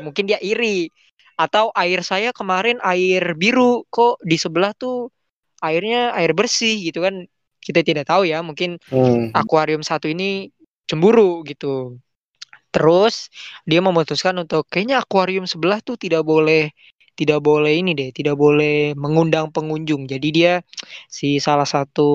iri. Atau air saya kemarin air biru, kok di sebelah tuh airnya air bersih gitu kan. Kita tidak tahu ya, mungkin akuarium satu ini cemburu gitu. Terus dia memutuskan untuk kayaknya akuarium sebelah tuh tidak boleh ini deh, tidak boleh mengundang pengunjung. Jadi dia si salah satu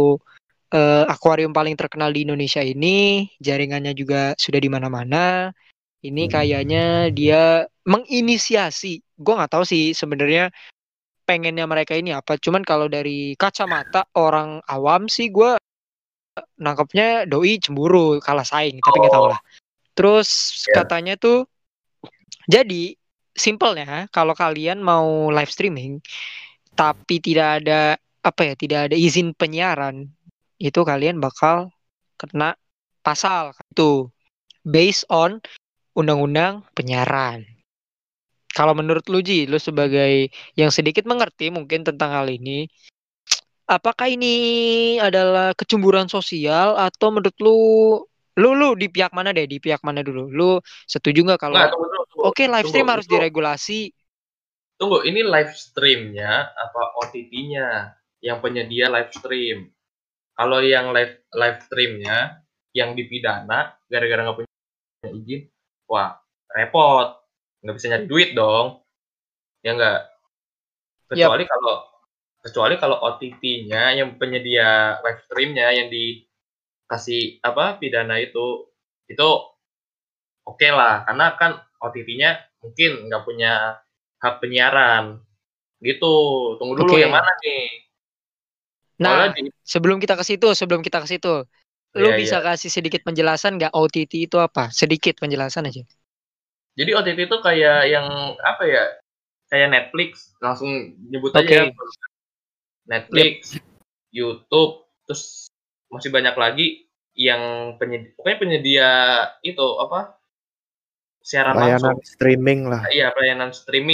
akuarium paling terkenal di Indonesia ini jaringannya juga sudah di mana-mana. Ini kayaknya dia menginisiasi. Gue nggak tahu sih sebenarnya pengennya mereka ini apa. Cuman kalau dari kacamata orang awam sih gue nangkepnya doi cemburu kalah saing. Tapi nggak tahu Oh, lah. Terus ya. katanya tuh jadi simpelnya kalau kalian mau live streaming tapi tidak ada tidak ada izin penyiaran, itu kalian bakal kena pasal itu based on undang-undang penyiaran. Kalau menurut lu Ji, lu sebagai yang sedikit mengerti mungkin tentang hal ini, apakah ini adalah kecemburuan sosial atau menurut lu di pihak mana deh? Di pihak mana dulu? Lu setuju nggak Nggak, kalau tunggu dulu, tunggu. oke live Tunggu, stream harus itu, diregulasi? tunggu, ini live streamnya apa OTT-nya yang penyedia live stream? Kalau yang live streamnya yang dipidana gara-gara nggak punya izin, wah repot, nggak bisa nyari duit dong, ya nggak? Yap, Kecuali kalau OTT-nya yang penyedia live streamnya yang dikasih apa pidana itu oke lah, karena kan OTT-nya mungkin nggak punya hak penyiaran gitu. Tunggu dulu yang oke. mana nih? Soalnya Nah, sebelum kita ke situ, lu ya, bisa ya. kasih sedikit penjelasan nggak OTT itu apa? Sedikit penjelasan aja. Jadi OTT itu kayak yang apa ya? Kayak Netflix, langsung nyebut aja Oke. Yep. Netflix, YouTube, terus masih banyak lagi yang pokoknya penyedia itu apa? Siaran Layanan langsung. streaming lah. Iya, pelayanan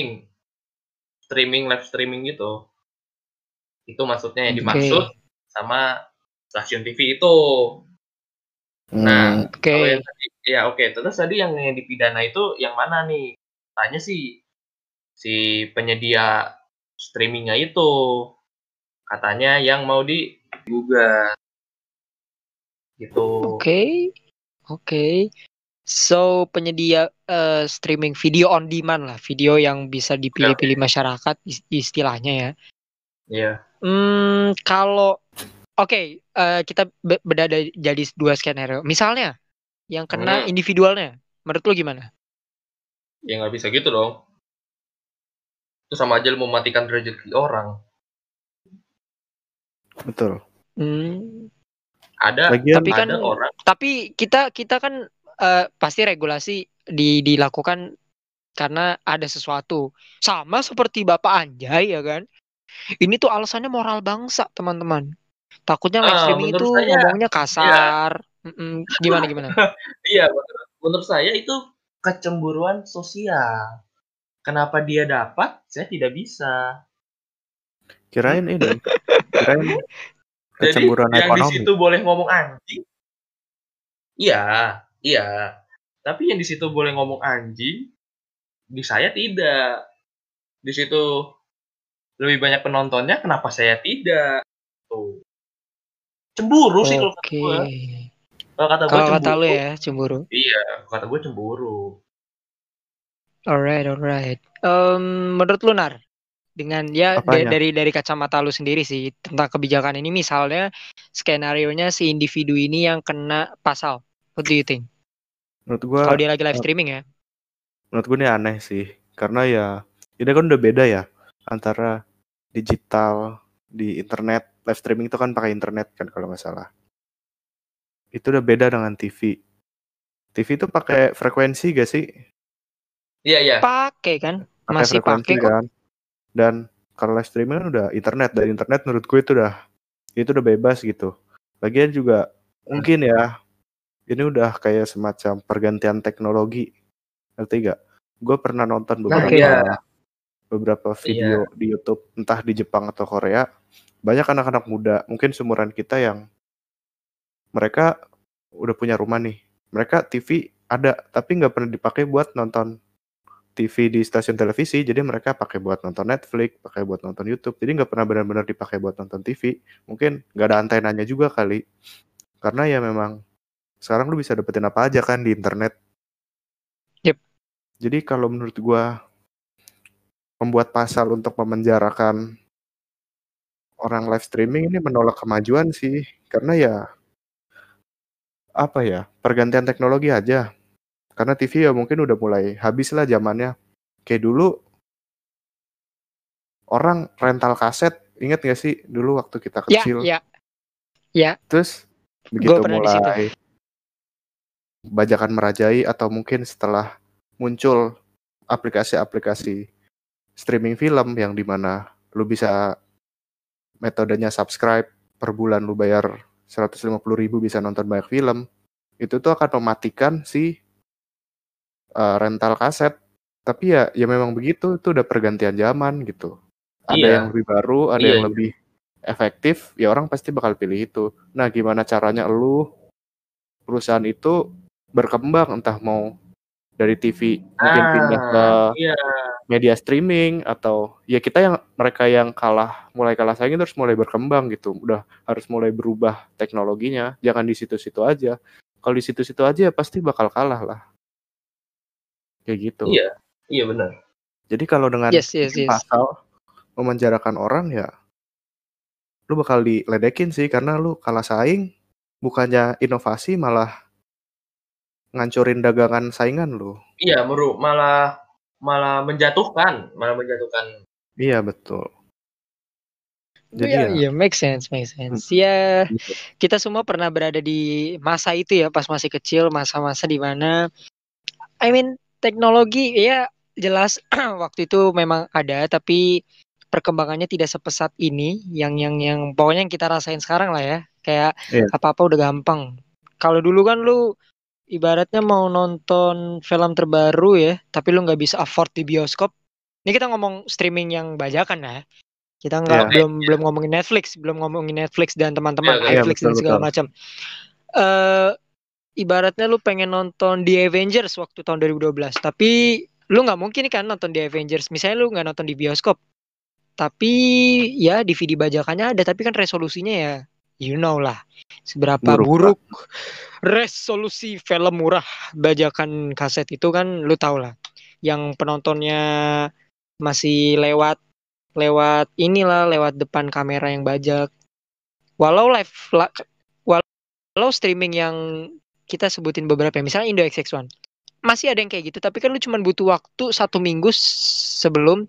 live streaming gitu. Itu maksudnya yang dimaksud Oke. sama stasiun TV itu. Nah, kalau yang Oke. tadi ya oke, terus tadi yang dipidana itu yang mana nih? Tanya sih si penyedia streamingnya itu. Katanya yang mau digugat gitu. Oke. Oke. So, penyedia streaming video on demand lah, video yang bisa Oke, oke. dipilih-pilih masyarakat istilahnya ya. Iya. Kalau oke, kita beda jadi dua skenario. Misalnya yang kena Hmm, individualnya, menurut lu gimana? ya nggak bisa gitu dong. Itu sama aja lu mematikan rezeki orang. Betul. Hmm, Lagian tapi kan Ada orang. kita kan pasti regulasi dilakukan karena ada sesuatu. Sama seperti Bapak Anjay ya kan. Ini tuh alasannya moral bangsa, teman-teman. Takutnya live streaming itu Menurut saya, ngomongnya ya, kasar. Gimana? iya, menurut saya itu kecemburuan sosial. Kenapa dia dapat, saya tidak bisa. kirain ini, kirain Jadi kecemburuan yang di ekonomi. situ boleh ngomong anjing, iya, iya. Tapi yang di situ boleh ngomong anjing, di saya tidak. Di situ lebih banyak penontonnya, kenapa saya tidak? Tuh. Cemburu sih kalau kata Oke. gue. Kalau kata gue Kalau kata lu cemburu. ya, cemburu. Iya, kata gue cemburu. Alright. Menurut lu Nar, dengan ya Apanya? dari kacamata lu sendiri sih tentang kebijakan ini, misalnya skenarionya si individu ini yang kena pasal. What do you think? Menurut gua, Kalau dia lagi live streaming ya. menurut gua ini aneh sih. Karena ya, ini kan udah beda ya antara digital di internet. Live streaming itu kan pakai internet kan kalau nggak salah. Itu udah beda dengan TV. TV itu pakai frekuensi gak sih? Iya, iya. Pakai kan? Pakai Masih frekuensi pakai kok. kan. Dan kalau live streaming kan udah internet. Dari internet menurut gue itu udah bebas gitu. Lagian juga mungkin ya ini udah kayak semacam pergantian teknologi. Ngerti gak? Gue pernah nonton Nah, Oke. iya, beberapa iya. video di YouTube entah di Jepang atau Korea. banyak anak-anak muda mungkin seumuran kita yang mereka udah punya rumah nih. Mereka TV ada tapi nggak pernah dipakai buat nonton TV di stasiun televisi. Jadi mereka pakai buat nonton Netflix, pakai buat nonton YouTube. Jadi nggak pernah benar-benar dipakai buat nonton TV. Mungkin nggak ada antenanya juga kali. Karena ya memang sekarang lu bisa dapetin apa aja kan di internet. Yep. Jadi kalau menurut gua membuat pasal untuk memenjarakan orang live streaming ini menolak kemajuan sih. Karena ya apa ya, pergantian teknologi aja. Karena TV ya mungkin udah mulai habis lah zamannya. Kayak dulu orang rental kaset, inget gak sih dulu waktu kita Ya, kecil? ya. Terus Gue begitu pernah di situ. mulai bajakan merajai atau mungkin setelah muncul aplikasi-aplikasi streaming film yang dimana lu bisa metodenya subscribe, per bulan lu bayar 150.000 bisa nonton banyak film, itu tuh akan mematikan si rental kaset. Tapi ya memang begitu, itu udah pergantian zaman gitu. Ada Iya. yang lebih baru, ada Iya, yang iya. lebih efektif, ya orang pasti bakal pilih itu. Nah, gimana caranya lu perusahaan itu berkembang, entah mau dari TV mungkin pindah ke Iya. media streaming, atau ya mereka yang mulai kalah saing terus mulai berkembang gitu. Udah harus mulai berubah teknologinya, jangan di situ-situ aja. Kalau di situ-situ aja ya pasti bakal kalah lah. Kayak gitu. Iya. Iya benar. Jadi kalau dengan Yes. bikin pasal memenjarakan orang ya lu bakal diledekin sih karena lu kalah saing, bukannya inovasi malah ngancurin dagangan saingan lu. Iya, malah menjatuhkan. Iya betul. Jadi ya Iya, make sense. Ya, gitu. kita semua pernah berada di masa itu ya, pas masih kecil, masa-masa di mana, teknologi ya jelas waktu itu memang ada, tapi perkembangannya tidak sepesat ini, yang pokoknya yang kita rasain sekarang lah ya, kayak Iya. apa-apa udah gampang. Kalau dulu kan lu ibaratnya mau nonton film terbaru ya, tapi lu nggak bisa afford di bioskop. Ini kita ngomong streaming yang bajakan ya. Kita nggak Iya. belum ngomongin Netflix dan teman-teman, Iya, Iya iFlix dan segala betul. macam. Eh ibaratnya lu pengen nonton The Avengers waktu tahun 2012, tapi lu nggak mungkin kan nonton The Avengers. Misalnya lu nggak nonton di bioskop, tapi ya DVD bajakannya ada, tapi kan resolusinya ya, lah, seberapa Buruk lah. buruk resolusi film murah bajakan kaset itu kan lu tau lah. Yang penontonnya masih lewat lewat depan kamera yang bajak. Walau walau streaming yang kita sebutin beberapa, misalnya Indo XX1, masih ada yang kayak gitu, tapi kan lu cuma butuh waktu 1 minggu sebelum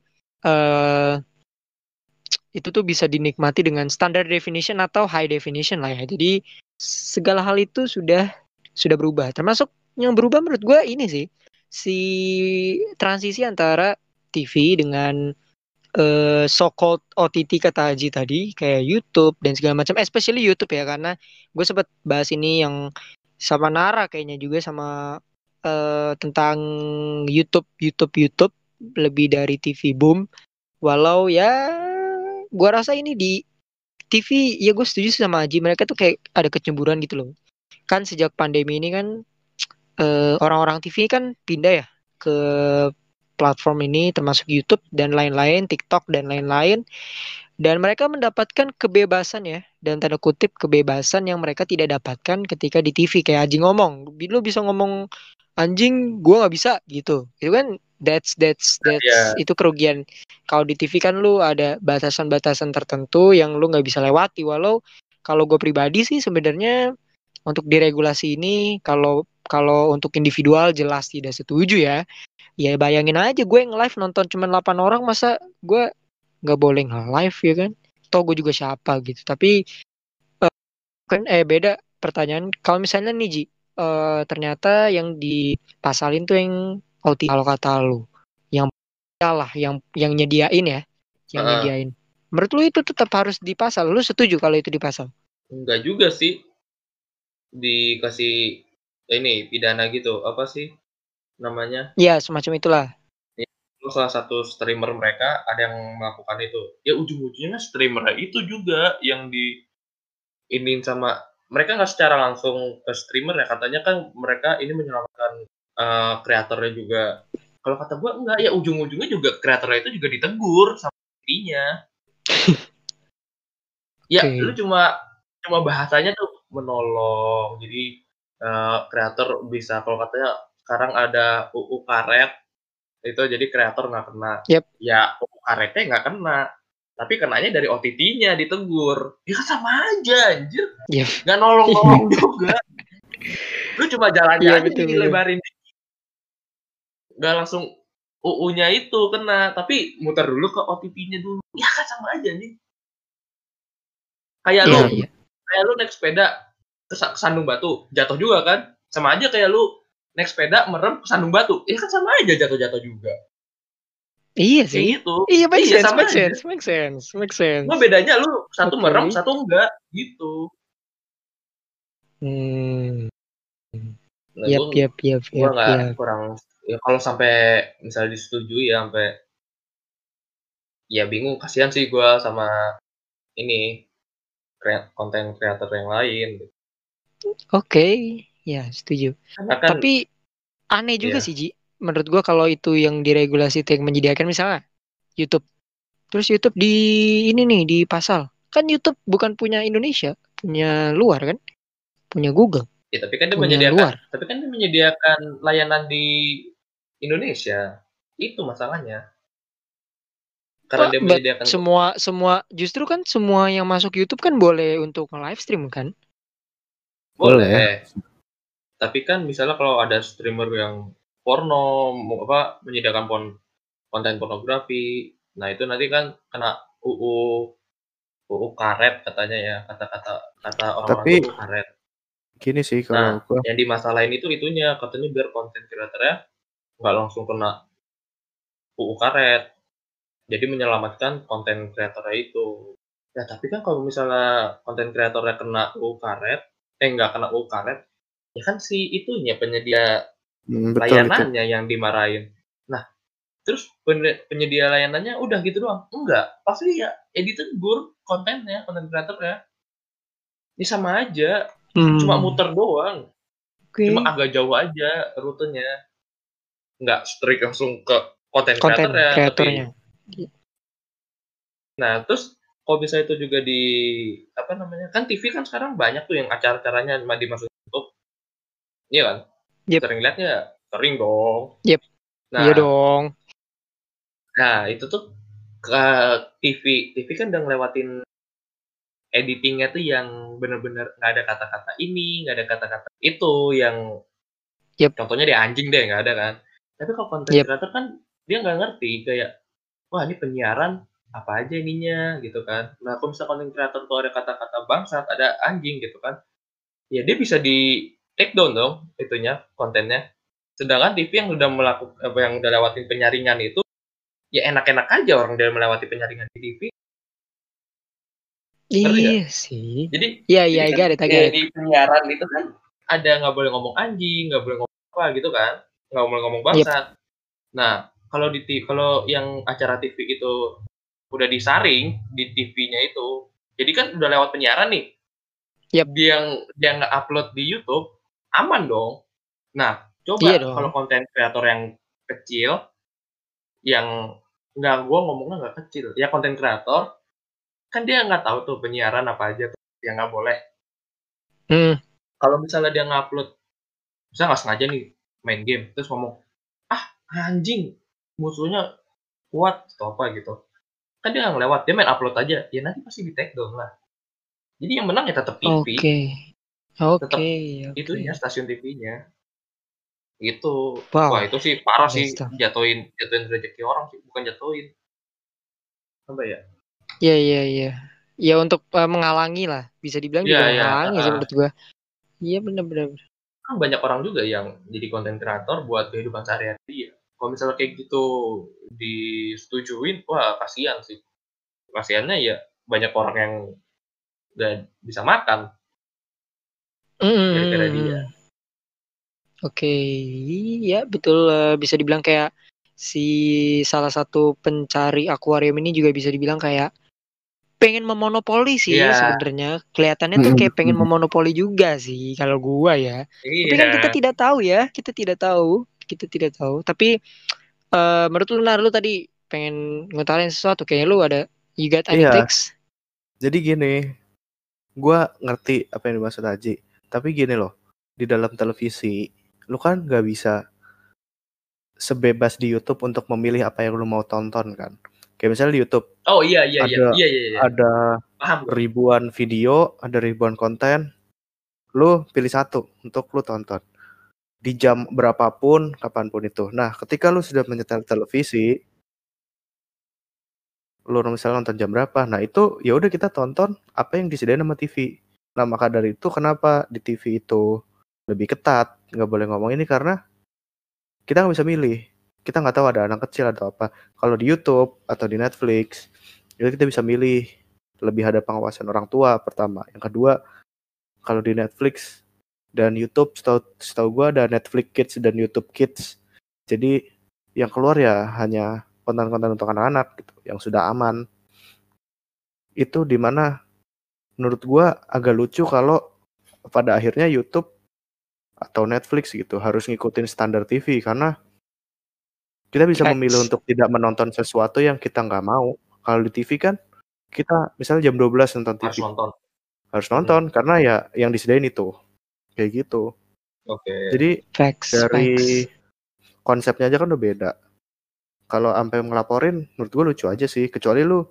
itu tuh bisa dinikmati dengan standard definition atau high definition lah ya. Jadi segala hal itu sudah berubah. Termasuk yang berubah menurut gue ini sih, si transisi antara TV dengan so-called OTT kata Haji tadi, kayak YouTube dan segala macam, especially YouTube ya, karena gue sempat bahas ini yang sama Nara kayaknya juga, sama tentang YouTube lebih dari TV boom. Walau ya gue rasa ini di TV ya, gue setuju sama Haji, mereka tuh kayak ada kecemburuan gitu loh. Kan sejak pandemi ini kan orang-orang TV kan pindah ya ke platform ini, termasuk YouTube dan lain-lain, TikTok dan lain-lain, dan mereka mendapatkan kebebasan ya, dan tanda kutip kebebasan yang mereka tidak dapatkan ketika di TV. Kayak Haji ngomong, lu bisa ngomong anjing, gua nggak bisa gitu. Itu kan that's Iya. itu kerugian. Kalau di TV kan lu ada batasan-batasan tertentu yang lu nggak bisa lewati. Walau kalau gue pribadi sih sebenarnya untuk diregulasi ini, kalau kalau untuk individual jelas tidak setuju ya. Ya bayangin aja gue nge-live nonton cuma 8 orang, masa gue nggak boleh nge-live ya kan? Toh gue juga siapa gitu. Tapi kan beda pertanyaan. Kalau misalnya nih Ji, ternyata yang dipasalin tuh yang OTT, kalau kata lu, yang salah, yang nyediain ya, yang Heeh. nyediain. Menurut lu itu tetap harus dipasal? Lu setuju kalau itu dipasal? Enggak juga sih dikasih ini pidana gitu. Apa sih namanya? Ya semacam itulah. salah satu streamer mereka ada yang melakukan itu. Ya ujung-ujungnya streamer itu juga yang iniin sama mereka nggak secara langsung ke streamer ya, katanya kan mereka ini menyelamatkan kreatornya juga. Kalau kata gua enggak, ya ujung-ujungnya juga kreatornya itu juga ditegur sama intinya. Ya, lu cuma bahasanya tuh menolong. Jadi kreator bisa, kalau katanya sekarang ada UU karet itu, jadi kreator nggak kena. Yep. Ya UU karetnya nggak kena, tapi kenanya dari OTT-nya ditegur. Ya kan sama aja anjir. Yep. Nggak nolong-nolong juga. Lu cuma jalannya Iya, aja betul. dilebarin. Nggak langsung UU-nya itu kena, tapi muter dulu ke OTT-nya dulu. Ya kan sama aja nih. Kayak lu naik sepeda ke Sandung Batu, jatuh juga kan? Sama aja kayak lu naik sepeda merem ke Sandung Batu. Ya kan sama aja jatuh-jatuh juga. Iya Kayak sih. gitu. Iya, make sama sense. Cuma bedanya lu satu merem, satu enggak gitu. Nah, gua nggak kurang ya, kalau sampai misalnya disetujui ya sampai ya bingung, kasihan sih gua sama ini konten kreator yang lain. Oke, ya setuju. Karena kan, tapi aneh juga sih Ji, menurut gua kalau itu yang diregulasi yang menyediakan misalnya YouTube. Terus YouTube di ini nih di pasal. Kan YouTube bukan punya Indonesia, punya luar kan? Punya Google. Ya, tapi kan dia luar. menyediakan layanan di Indonesia. Itu masalahnya. Karena dia menyediakan semua justru kan semua yang masuk YouTube kan boleh untuk live stream kan? Boleh. Tapi kan misalnya kalau ada streamer yang porno, menyediakan konten pornografi, nah itu nanti kan kena UU karet katanya ya, kata orang-orang Tapi UU karet. Gini sih kalau gua. Yang dimasalahin itunya, katanya biar konten kreatornya nggak langsung kena UU karet. Jadi menyelamatkan konten kreatornya itu. Ya tapi kan kalau misalnya konten kreatornya kena UU karet, nggak kena UU karet, ya kan si itunya penyedia layanannya yang dimarahin. Nah, terus penyedia layanannya udah gitu doang? Enggak, pasti ya ditegur konten kreatornya. Ini sama aja, cuma muter doang. Cuma agak jauh aja rutenya. Nggak strict langsung ke konten kreatornya. Tapi, nah, terus kalau bisa itu juga kan TV kan sekarang banyak tuh yang acara-acaranya dimasukin YouTube. Iya kan? Sering lihatnya? Sering dong. Nah, iya dong. Nah, itu tuh ke TV kan udah ngelewatin editingnya tuh yang bener-bener nggak ada kata-kata ini, nggak ada kata-kata itu, yang contohnya dia anjing deh, nggak ada kan. Tapi kalau konten kreator kan dia nggak ngerti, kayak wah ini penyiaran apa aja ininya gitu kan. Nah, kalau misalnya konten kreator tuh ada kata-kata bangsat, ada anjing gitu kan, ya dia bisa di take down dong itunya, kontennya. Sedangkan TV yang udah yang udah lewatin penyaringan itu, ya enak-enak aja orang dia melewati penyaringan di TV. Iya sih. Jadi agak di penyiaran itu kan ada nggak boleh ngomong anjing, nggak boleh ngomong apa gitu kan, nggak boleh ngomong bangsat. Nah, kalau yang acara TV itu udah disaring di TV-nya itu, jadi kan udah lewat penyiaran nih. Dia nge-upload di YouTube, aman dong. Nah, coba kalau konten kreator yang kecil, yang gue ngomongnya nggak kecil, ya konten kreator, kan dia nggak tahu tuh penyiaran apa aja tuh yang nggak boleh. Kalau misalnya dia ngupload, misalnya nggak sengaja nih main game, terus ngomong, anjing, musuhnya kuat atau apa gitu, kan dia nggak ngelewat, dia main upload aja, ya nanti pasti di take down lah. Jadi yang menang ya tetap TV. Tetap itunya, stasiun TV-nya. Gitu. Wah, itu sih parah sih, jatuhin rezeki orang sih, bukan jatuhin. Apa ya? Iya. Ya untuk menghalangi lah, bisa dibilang juga menghalangi sih menurut gua. Iya benar. Kan banyak orang juga yang jadi konten kreator buat kehidupan sehari-hari ya. Kalau misalnya kayak gitu disetujuin, wah kasihan sih. Kasihannya ya banyak orang yang gak bisa makan gara-gara dia. Oke, ya betul, bisa dibilang kayak si salah satu pencari akuarium ini juga bisa dibilang kayak pengen memonopoli sih Iya, sebenarnya. Kelihatannya tuh kayak pengen memonopoli juga sih kalau gua ya. Tapi kan kita iya. tidak tahu ya, kita tidak tahu. Tapi menurut lu Nar, lu tadi pengen ngutarin sesuatu kayak lu ada you got any Iya, takes? jadi gini, gua ngerti apa yang dimaksud Haji. Tapi gini loh, di dalam televisi, lu kan nggak bisa sebebas di YouTube untuk memilih apa yang lu mau tonton kan. Kayak misalnya di YouTube Oh iya iya iya ada iya iya iya. ada Paham gue. ribuan video, ada ribuan konten, lu pilih satu untuk lu tonton di jam berapapun, kapanpun itu. Nah, ketika lu sudah menyetel televisi, lu misalnya nonton jam berapa, nah itu ya udah kita tonton apa yang disediain sama TV. Nah, maka dari itu kenapa di TV itu lebih ketat, nggak boleh ngomong ini karena kita nggak bisa milih. Kita nggak tahu ada anak kecil atau apa. Kalau di YouTube atau di Netflix, itu kita bisa milih. Lebih ada pengawasan orang tua pertama. Yang kedua, kalau di Netflix dan YouTube, setahu gue ada Netflix Kids dan YouTube Kids. Jadi yang keluar ya hanya konten-konten untuk anak-anak gitu, yang sudah aman. Itu dimana menurut gue agak lucu kalau pada akhirnya YouTube atau Netflix gitu harus ngikutin standar TV karena kita bisa memilih Facts. untuk tidak menonton sesuatu yang kita nggak mau. Kalau di TV kan kita misalnya jam 12 nonton Harus TV. nonton. Harus nonton karena ya yang disediain itu. Kayak gitu. Oke. Jadi Facts. dari konsepnya aja kan udah beda. Kalau sampai ngelaporin menurut gue lucu aja sih. Kecuali lu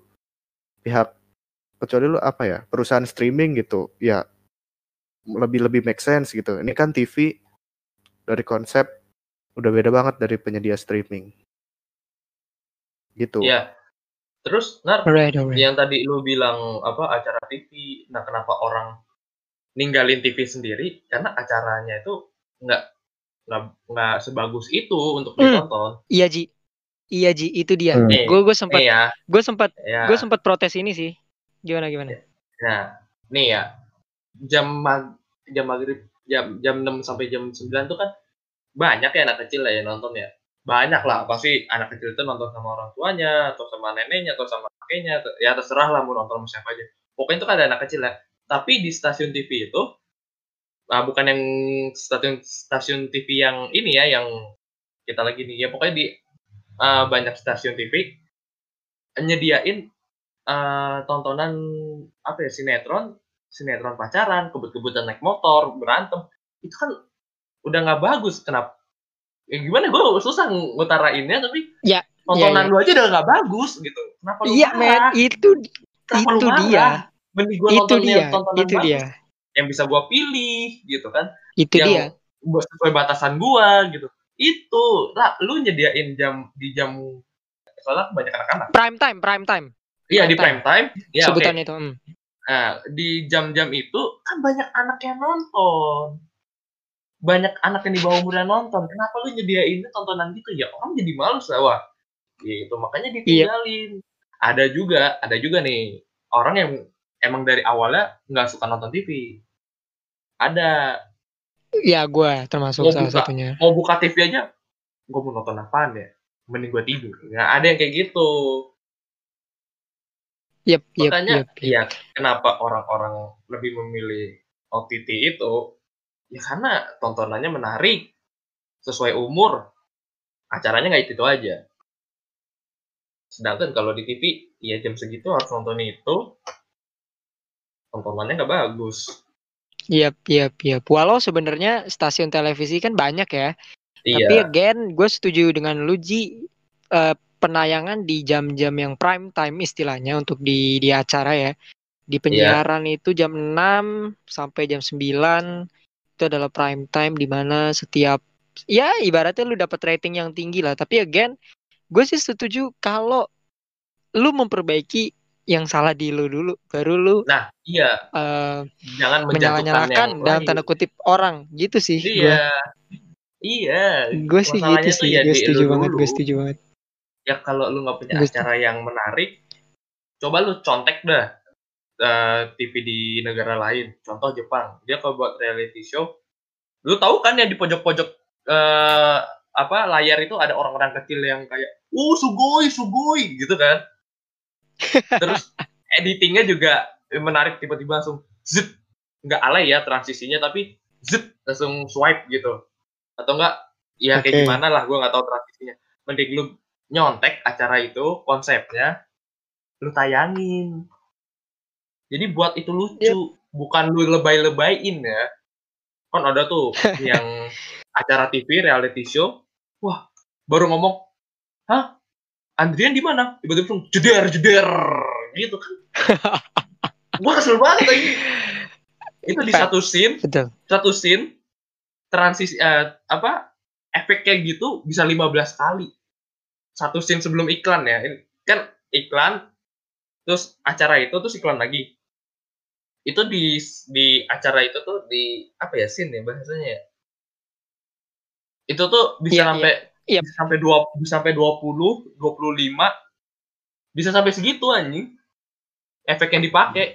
apa ya, perusahaan streaming gitu. Ya lebih make sense gitu. Ini kan TV dari konsep udah beda banget dari penyedia streaming. Gitu. Iya. Terus Nar, Alright. yang tadi lu bilang apa acara TV, nah kenapa orang ninggalin TV sendiri? Karena acaranya itu nggak nggak sebagus itu untuk ditonton. Iya Ji, itu dia. Nih, Gue nih ya, gue ya, sempat protes ini sih. Gimana? nah, nih ya, jam maghrib, jam 6 sampai jam 9 tuh kan banyak ya anak kecil lah ya nonton ya. Banyak lah, pasti anak kecil itu nonton sama orang tuanya, atau sama neneknya, atau sama kakeknya, ya terserah lah mau nonton sama siapa aja. Pokoknya itu kan ada anak kecil ya. Tapi di stasiun TV itu, bukan yang stasiun TV yang ini ya, yang kita lagi nih ya, pokoknya di banyak stasiun TV nyediain tontonan apa ya, sinetron pacaran, kebut-kebutan naik motor, berantem. Itu kan udah nggak bagus. Kenapa? Ya gimana, gue susah ngutarainnya, tapi Ya, tontonan lu aja udah nggak bagus gitu. Kenapa lu iya men, marah? Kenapa lu marah? dia, Mending gue itu nonton yang dia, tontonan itu bagus, dia, yang bisa gue pilih gitu kan, itu dia. yang sesuai batasan gue gitu. Itu lah, lu nyediain di jam, soalnya banyak anak-anak. Prime time. Iya, di prime time. Ya, oke. Sebutan itu. Nah, di jam-jam itu kan banyak anak yang nonton. Banyak anak yang di bawah umur yang nonton. Kenapa lu nyediain tontonan gitu? Ya orang jadi males lah, wah. Gitu, makanya ditinggalin. Ada juga nih orang yang emang dari awalnya nggak suka nonton TV. Ada. Ya, gue termasuk salah satunya. Mau buka TV aja, gue mau nonton apaan ya? Mending gue tidur. Nah, ada yang kayak gitu. Makanya ya kenapa orang-orang lebih memilih OTT itu, ya karena tontonannya menarik, sesuai umur, acaranya nggak itu aja. Sedangkan kalau di TV, ya jam segitu harus nonton itu, tontonannya nggak bagus. Iya. Walau sebenarnya stasiun televisi kan banyak ya. Iya. Tapi again, gue setuju dengan lu Ji. Penayangan di jam-jam yang prime time istilahnya untuk di acara ya. Di penyiaran itu jam 6 sampai jam 9 itu adalah prime time di mana setiap ya ibaratnya lu dapat rating yang tinggi lah. Tapi again, gue sih setuju kalau lu memperbaiki yang salah di lu dulu, baru lu jangan menyala-nyalakan dalam tanda kutip orang gitu sih. Gue sih gitu sih. Ya gue setuju banget. Ya kalau lu nggak punya acara yang menarik, coba lu contek dah TV di negara lain. Contoh Jepang, dia kalau buat reality show, lu tahu kan yang di pojok-pojok layar itu ada orang-orang kecil yang kayak sugoi gitu kan. Terus editingnya juga menarik, tiba-tiba langsung zip, nggak alay ya transisinya, tapi zip langsung swipe gitu. Atau enggak ya kayak Oke. gimana lah, gue nggak tahu transisinya. Mending lu nyontek acara itu, konsepnya lu tayangin. Jadi buat itu lucu, bukan lu lebay-lebayin ya. Kan ada tuh yang acara TV reality show, wah baru ngomong, hah, Andrian di mana? Tiba-tiba langsung jeder gitu kan. Gua kesel banget lagi. Itu di satu scene transisi efek kayak gitu bisa 15 kali. Satu scene sebelum iklan ya. Kan iklan, terus acara itu, terus iklan lagi. Itu di acara itu tuh di apa ya, scene ya bahasanya ya. Itu tuh bisa sampai 20, 25, bisa sampai segitu anjing. Efek yang dipakai.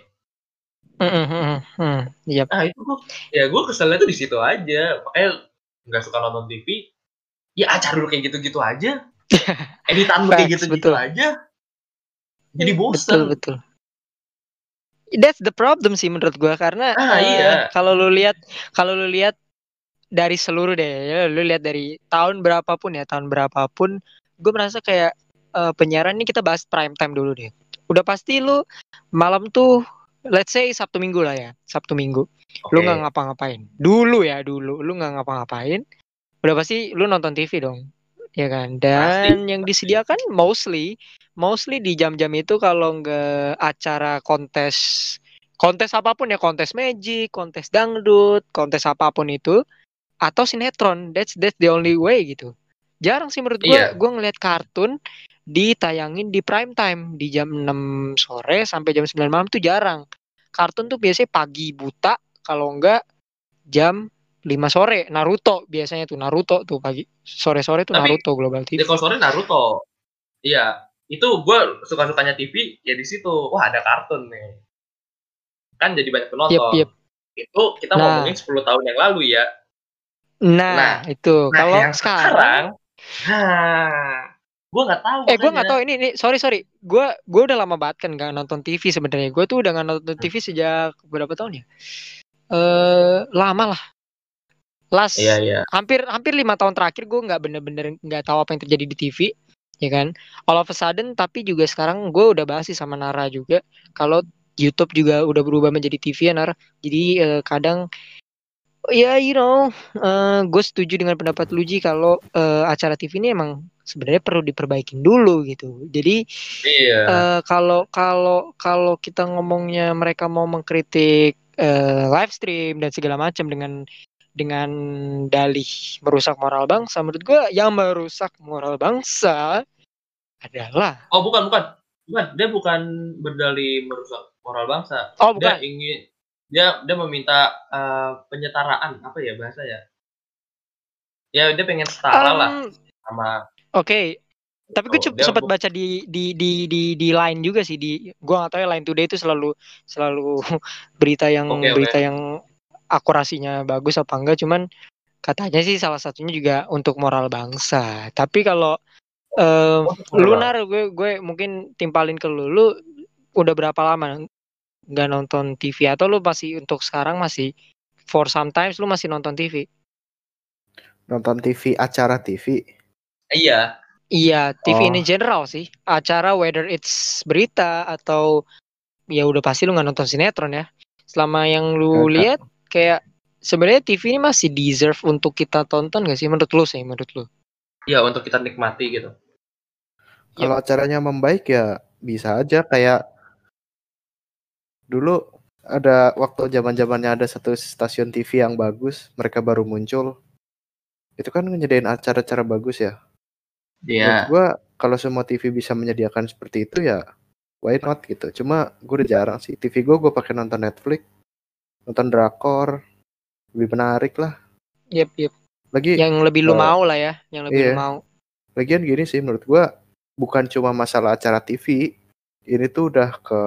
Yep. Nah itu gue keselnya tuh di situ aja. Makanya nggak suka nonton TV. Ya acara lu kayak gitu-gitu aja. Editan lu kayak gitu-gitu aja. Jadi bosen. Betul. That's the problem sih menurut gua, karena Iya. kalau lu lihat dari seluruh deh, ya, lu lihat dari tahun berapapun, gue merasa kayak penyiaran ini, kita bahas prime time dulu deh. Udah pasti lu malam tuh, let's say Sabtu Minggu lah ya, lu nggak ngapa-ngapain. Dulu lu nggak ngapa-ngapain, udah pasti lu nonton TV dong, ya kan? Dan yang disediakan mostly di jam-jam itu, kalau nggak acara kontes apapun ya, kontes magic, kontes dangdut, kontes apapun itu, atau sinetron. That's the only way gitu. Jarang sih menurut gue ngeliat kartun ditayangin di prime time di jam 6 sore sampai jam 9 malam tuh jarang. Kartun tuh biasanya pagi buta, kalau enggak jam 5 sore. Naruto biasanya tuh, pagi. Sore-sore tuh tapi, Naruto Global TV. Kalau sore Naruto. Iya, itu gue suka-sukanya TV ya di situ. Wah, ada kartun nih. Kan jadi banyak penonton. Yep. Itu kita ngomongin 10 tahun yang lalu ya. Nah itu. Kalau yang sekarang, gue nggak tahu. Gue nggak tahu ini sorry. Gue udah lama banget kan nggak nonton TV sebenarnya. Gue tuh udah nggak nonton TV sejak berapa tahun ya? Lama lah. Hampir 5 tahun terakhir gue nggak bener-bener nggak tahu apa yang terjadi di TV, ya kan? All of a sudden, tapi juga sekarang gue udah bahas sih sama Nara juga, kalau YouTube juga udah berubah menjadi TV ya, Nara. Jadi kadang ya gue setuju dengan pendapat Luji kalau acara TV ini emang sebenarnya perlu diperbaikin dulu gitu. Jadi kalau kita ngomongnya mereka mau mengkritik live stream dan segala macam dengan dalih merusak moral bangsa, menurut gue yang merusak moral bangsa adalah bukan, dia bukan berdalih merusak moral bangsa. Bukan. Dia meminta penyetaraan, apa ya bahasa ya? Ya dia pengen setara lah sama. Oke. Tapi gue sempat baca di Line juga sih, gue nggak tahu ya, Line Today itu selalu berita yang akurasinya bagus apa enggak, cuman katanya sih salah satunya juga untuk moral bangsa. Tapi kalau Lunar, gue mungkin timpalin ke lu udah berapa lama nggak nonton TV, atau lu masih untuk sekarang masih for sometimes lu masih nonton TV? Nonton TV, acara TV? Iya, TV in general sih. Acara, whether it's berita atau ya udah pasti lu nggak nonton sinetron ya. Selama yang lu lihat, kayak sebenarnya TV ini masih deserve untuk kita tonton gak sih menurut lu? Iya, untuk kita nikmati gitu. Kalau acaranya membaik ya bisa aja. Kayak dulu ada waktu zaman-zamannya ada satu stasiun TV yang bagus, mereka baru muncul. Itu kan nyediain acara-acara bagus ya. Menurut gue kalau semua TV bisa menyediakan seperti itu ya why not gitu. Cuma gue udah jarang sih. TV gue pakai nonton Netflix, nonton drakor, lebih menarik lah. Yep. Lagi yang lebih lu mau lah ya, yang lebih lu mau. Lagian gini sih menurut gue, bukan cuma masalah acara TV, ini tuh udah ke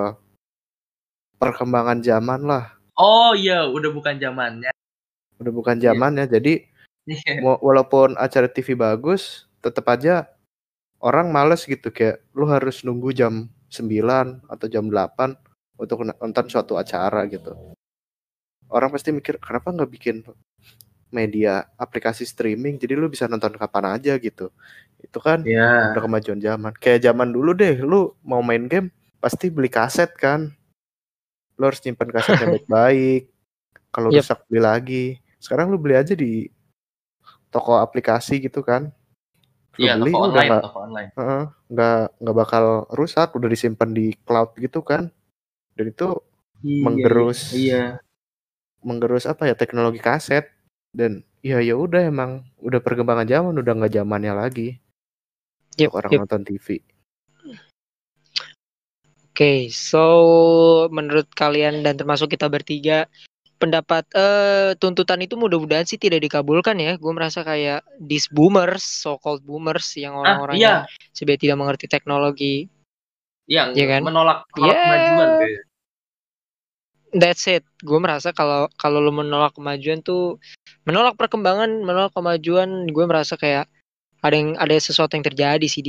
perkembangan zaman lah. Oh iya, udah bukan zamannya. Udah bukan zamannya. Jadi Iya. Walaupun acara TV bagus, tetap aja orang males gitu, kayak lu harus nunggu jam 9 atau jam 8 untuk nonton suatu acara gitu. Orang pasti mikir, kenapa nggak bikin media aplikasi streaming jadi lu bisa nonton kapan aja gitu. Itu kan Iya. udah kemajuan zaman. Kayak zaman dulu deh, lu mau main game pasti beli kaset kan. Lu harus nyimpan kasetnya baik-baik. Kalau Yep. rusak beli lagi. Sekarang lu beli aja di toko aplikasi gitu kan. Lu Iya, beli toko udah online. nggak bakal rusak, udah disimpan di cloud gitu kan. Dan itu menggerus apa ya, teknologi kaset. Dan ya udah, emang udah perkembangan zaman, udah nggak zamannya lagi Yep, untuk orang yep. nonton TV. Oke, so menurut kalian dan termasuk kita bertiga, pendapat tuntutan itu mudah-mudahan sih tidak dikabulkan ya. Gue merasa kayak these boomers, so-called boomers, yang orang-orang yang Iya, sebenarnya tidak mengerti teknologi, yang ya kan? menolak Ya, kemajuan kayaknya. that's it. Gue merasa kalau lu menolak kemajuan tuh, menolak perkembangan, menolak kemajuan, gue merasa kayak ada sesuatu yang terjadi sih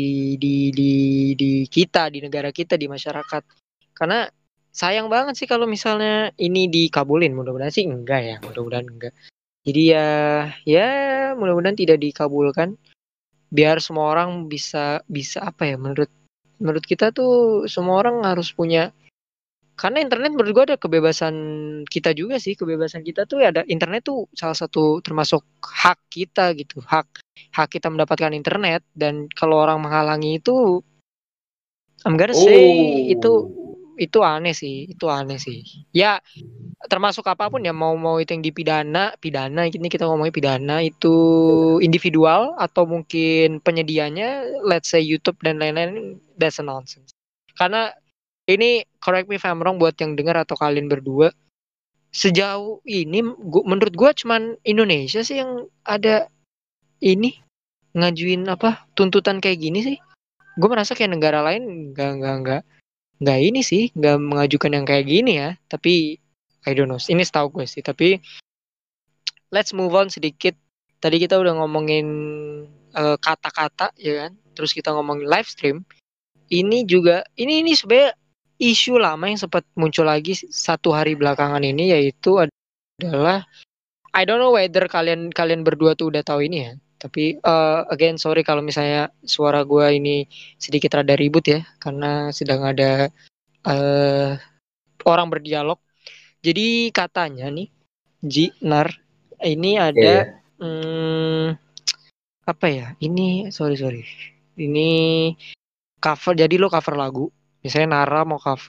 di kita, di negara kita, di masyarakat. Karena sayang banget sih kalau misalnya ini dikabulin. Mudah-mudahan sih enggak ya, mudah-mudahan enggak. Jadi ya mudah-mudahan tidak dikabulkan. Biar semua orang bisa bisa apa ya, menurut kita tuh semua orang harus punya, karena internet menurut gua ada kebebasan kita juga sih. Kebebasan kita tuh ada, internet tuh salah satu termasuk hak kita gitu. Hak kita mendapatkan internet, dan kalau orang menghalangi itu, I'm gonna say itu aneh sih, itu aneh sih. Ya, termasuk apapun ya, mau itu yang pidana ini kita ngomongin pidana itu individual atau mungkin penyedianya, let's say YouTube dan lain-lain, that's a nonsense. Karena ini, correct me if I'm wrong buat yang dengar atau kalian berdua, sejauh ini menurut gua cuman Indonesia sih yang ada ini ngajuin apa tuntutan kayak gini sih. Gue merasa kayak negara lain nggak ini sih, nggak mengajukan yang kayak gini ya. Tapi I don't know, ini setahu gue sih. Tapi let's move on sedikit. Tadi kita udah ngomongin kata-kata ya kan, terus kita ngomongin live stream. Ini juga ini sebenarnya isu lama yang sempat muncul lagi 1 hari belakangan ini, yaitu adalah, I don't know whether kalian berdua tuh udah tahu ini ya. Tapi again sorry kalau misalnya suara gue ini sedikit rada ribut ya, karena sedang ada orang berdialog. Jadi katanya nih, Nar, ini ada Iya. apa ya? Ini sorry. Ini cover, jadi lo cover lagu. Misalnya Nara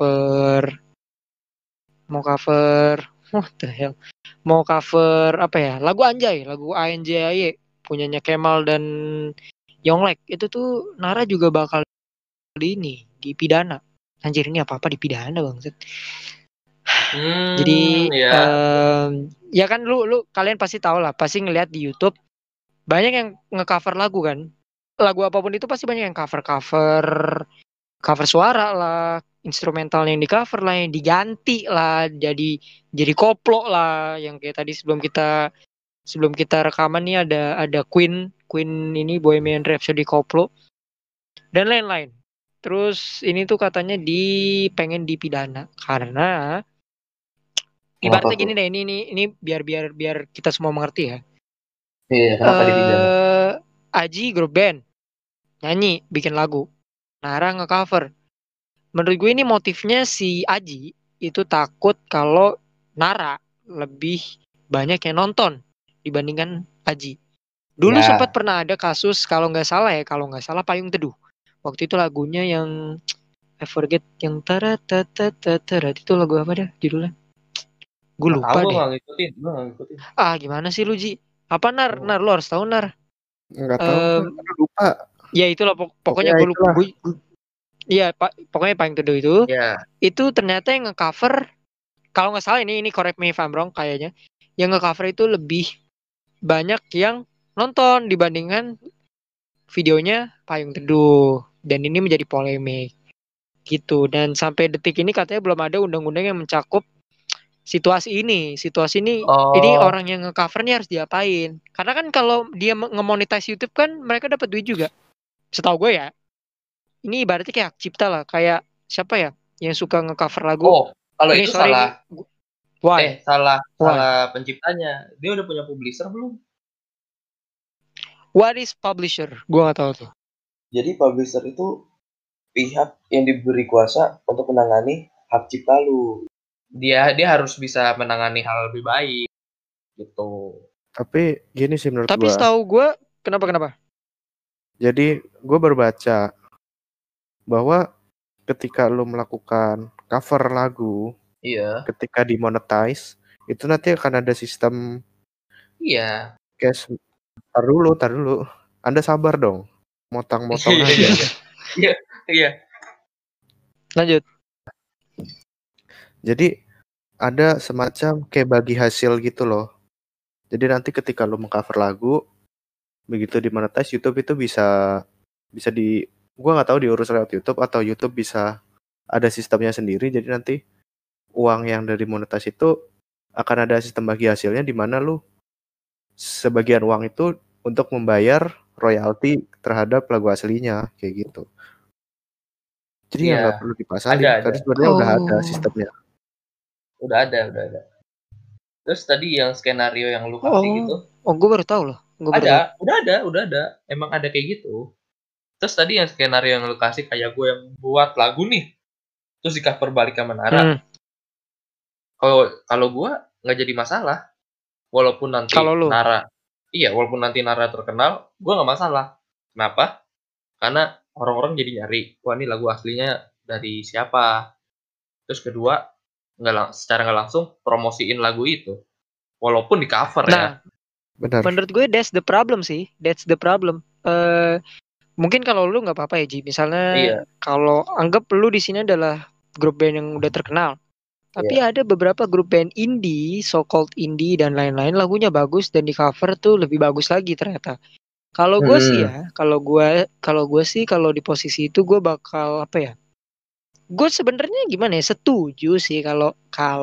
mau cover what the hell? Mau cover apa ya? Lagu Anjay, lagu ANJAY punyanya Kemal dan Yonglek. Itu tuh Nara juga bakal dipidana. Anjir, ini apa-apa dipidana banget. Jadi Ya. ya kan lu kalian pasti tahu lah, pasti ngelihat di YouTube banyak yang ngecover lagu kan. Lagu apapun itu pasti banyak yang cover suara lah, instrumental yang di cover lah, yang diganti lah, jadi koplo lah, yang kayak tadi sebelum kita rekaman nih ada Queen ini Bohemian Rhapsody koplo dan lain-lain. Terus ini tuh katanya pengen dipidana karena ibaratnya gini deh, ini biar kita semua mengerti ya. Iya, kenapa dipidana? Aji grup band nyanyi bikin lagu, Nara nge-cover. Menurut gue ini motifnya si Aji itu takut kalau Nara lebih banyak yang nonton dibandingkan Aji. Dulu sempat pernah ada kasus, kalau nggak salah Payung Teduh. Waktu itu lagunya yang I forget, yang tara itu lagu apa dah judulnya? Gue Nggak tahu, lupa gue deh. nggak ngikutin. Gimana sih lu Ji? Apa Nar? Lu harus tahu Nar. Nggak tahu, lupa. Ya itulah pokoknya gue lupa. Iya, pokoknya Payung Teduh itu. Ya. Itu ternyata yang ngecover, kalau nggak salah ini correct me if I'm wrong, kayaknya yang ngecover itu lebih banyak yang nonton dibandingkan videonya Payung Teduh, dan ini menjadi polemik gitu. Dan sampai detik ini katanya belum ada undang-undang yang mencakup situasi ini ini Oh, orang yang ngecover nih harus diapain? Karena kan kalau dia nge-monetize YouTube kan mereka dapat duit juga. Setahu gue ya. Ini ibaratnya kayak hak cipta lah, kayak siapa ya yang suka ngecover lagu? kalau Ini itu sorry nih, salah. why? Salah Why? penciptanya. Dia udah punya publisher belum? What is publisher? Gue gak tahu tuh. Jadi publisher itu pihak yang diberi kuasa untuk menangani hak cipta lu. Dia harus bisa menangani hal lebih baik gitu. Tapi gini sih menurut Tapi gua. setahu gue, kenapa? Jadi gue berbaca bahwa ketika lu melakukan cover lagu, Iya. ketika dimonetize, itu nanti akan ada sistem Iya. cash. Tar dulu. Anda sabar dong. Motong-motong aja. Iya. Lanjut. Jadi ada semacam kayak bagi hasil gitu loh. Jadi nanti ketika lu mengcover lagu, begitu dimonetize YouTube itu bisa gua nggak tahu diurus lewat YouTube atau YouTube bisa ada sistemnya sendiri. Jadi nanti uang yang dari monetize itu akan ada sistem bagi hasilnya di mana lu sebagian uang itu untuk membayar royalti terhadap lagu aslinya kayak gitu. Jadi ya nggak perlu dipasangin karena sebenarnya udah ada sistemnya. Udah ada. Terus tadi yang skenario yang lu kasih gitu. Oh, gue baru tahu loh. Udah ada. Emang ada kayak gitu. Terus tadi yang skenario yang lu kasih kayak gue yang buat lagu nih. Terus di cover balik sama Nara. Kalau gue nggak jadi masalah. Walaupun nanti walaupun nanti Nara terkenal, gue nggak masalah. Kenapa? Karena orang-orang jadi nyari, wah ini lagu aslinya dari siapa. Terus kedua, secara nggak langsung promosiin lagu itu. Walaupun di cover ya. Benar. Menurut gue that's the problem sih. That's the problem. Mungkin kalau lu nggak apa-apa ya Ji. Misalnya kalau anggap lu di sini adalah grup band yang udah terkenal. Tapi ada beberapa grup band indie, so-called indie dan lain-lain, lagunya bagus dan di cover tuh lebih bagus lagi ternyata. Kalau gue sih ya, kalau gue sih kalau di posisi itu gue bakal apa ya? Gue sebenarnya gimana ya? Setuju sih kalau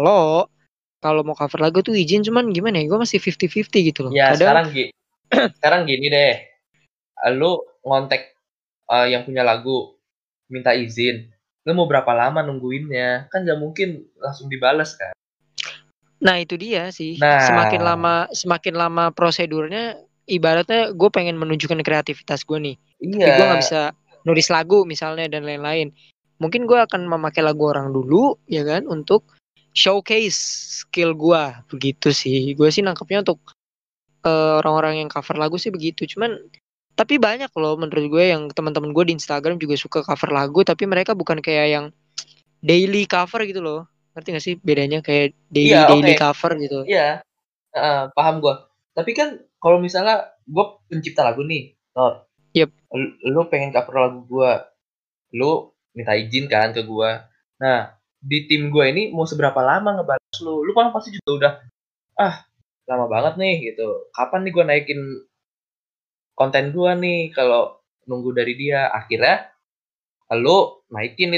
mau cover lagu tuh izin, cuman gimana ya? Gue masih 50-50 gitu loh. Ya, Kadang sekarang gini deh. Lu ngontek yang punya lagu minta izin. Lu mau berapa lama nungguinnya? Kan nggak mungkin langsung dibales kan. Nah itu dia sih. Nah. Semakin lama prosedurnya, ibaratnya gue pengen menunjukkan kreativitas gue nih. Iya. Tapi gue nggak bisa nulis lagu misalnya dan lain-lain. Mungkin gue akan memakai lagu orang dulu ya kan untuk showcase skill gue, begitu sih. Gue sih nangkepnya untuk orang-orang yang cover lagu sih begitu. Cuman tapi banyak loh menurut gue yang teman-teman gue di Instagram juga suka cover lagu, tapi mereka bukan kayak yang daily cover gitu loh. Ngerti gak sih bedanya kayak daily cover gitu? Iya, paham gue. Tapi kan kalau misalnya gue pencipta lagu nih, Yep. Lu pengen cover lagu gue, lu minta izin kan ke gue. Nah, di tim gue ini mau seberapa lama ngebalas lu? Lu kan pasti juga udah, lama banget nih gitu. Kapan nih gue naikin konten gue nih kalau nunggu dari dia? Akhirnya lu naikin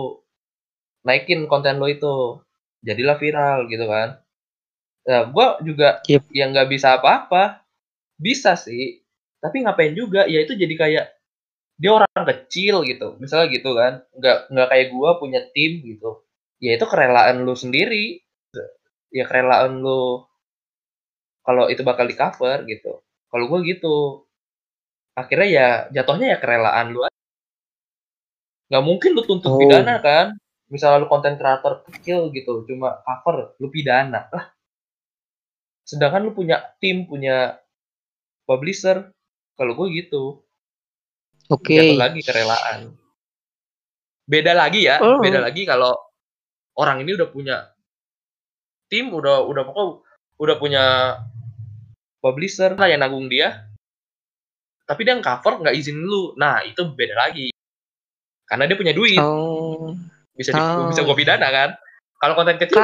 konten lo itu, jadilah viral gitu kan. Nah, gue juga yang nggak bisa apa-apa, bisa sih, tapi ngapain juga? Ya itu jadi kayak dia orang kecil gitu, misalnya gitu kan, nggak kayak gue punya tim gitu. Ya itu kerelaan lu sendiri, ya kerelaan lu kalau itu bakal di cover gitu. Kalau gue gitu, akhirnya ya jatuhnya ya kerelaan lu aja. Nggak mungkin lu tuntut pidana kan? Misalnya lu konten kreator kecil gitu, cuma cover, lu pidana lah. Sedangkan lu punya tim, punya publisher. Kalau gue gitu. Jatuh lagi kerelaan. Beda lagi ya, beda lagi kalau orang ini udah punya tim, udah pokoknya udah punya publisher lah yang nanggung dia. Tapi dia cover nggak izin lu. Nah, itu beda lagi. Karena dia punya duit. Bisa gue pidana kan? Kalau konten kecil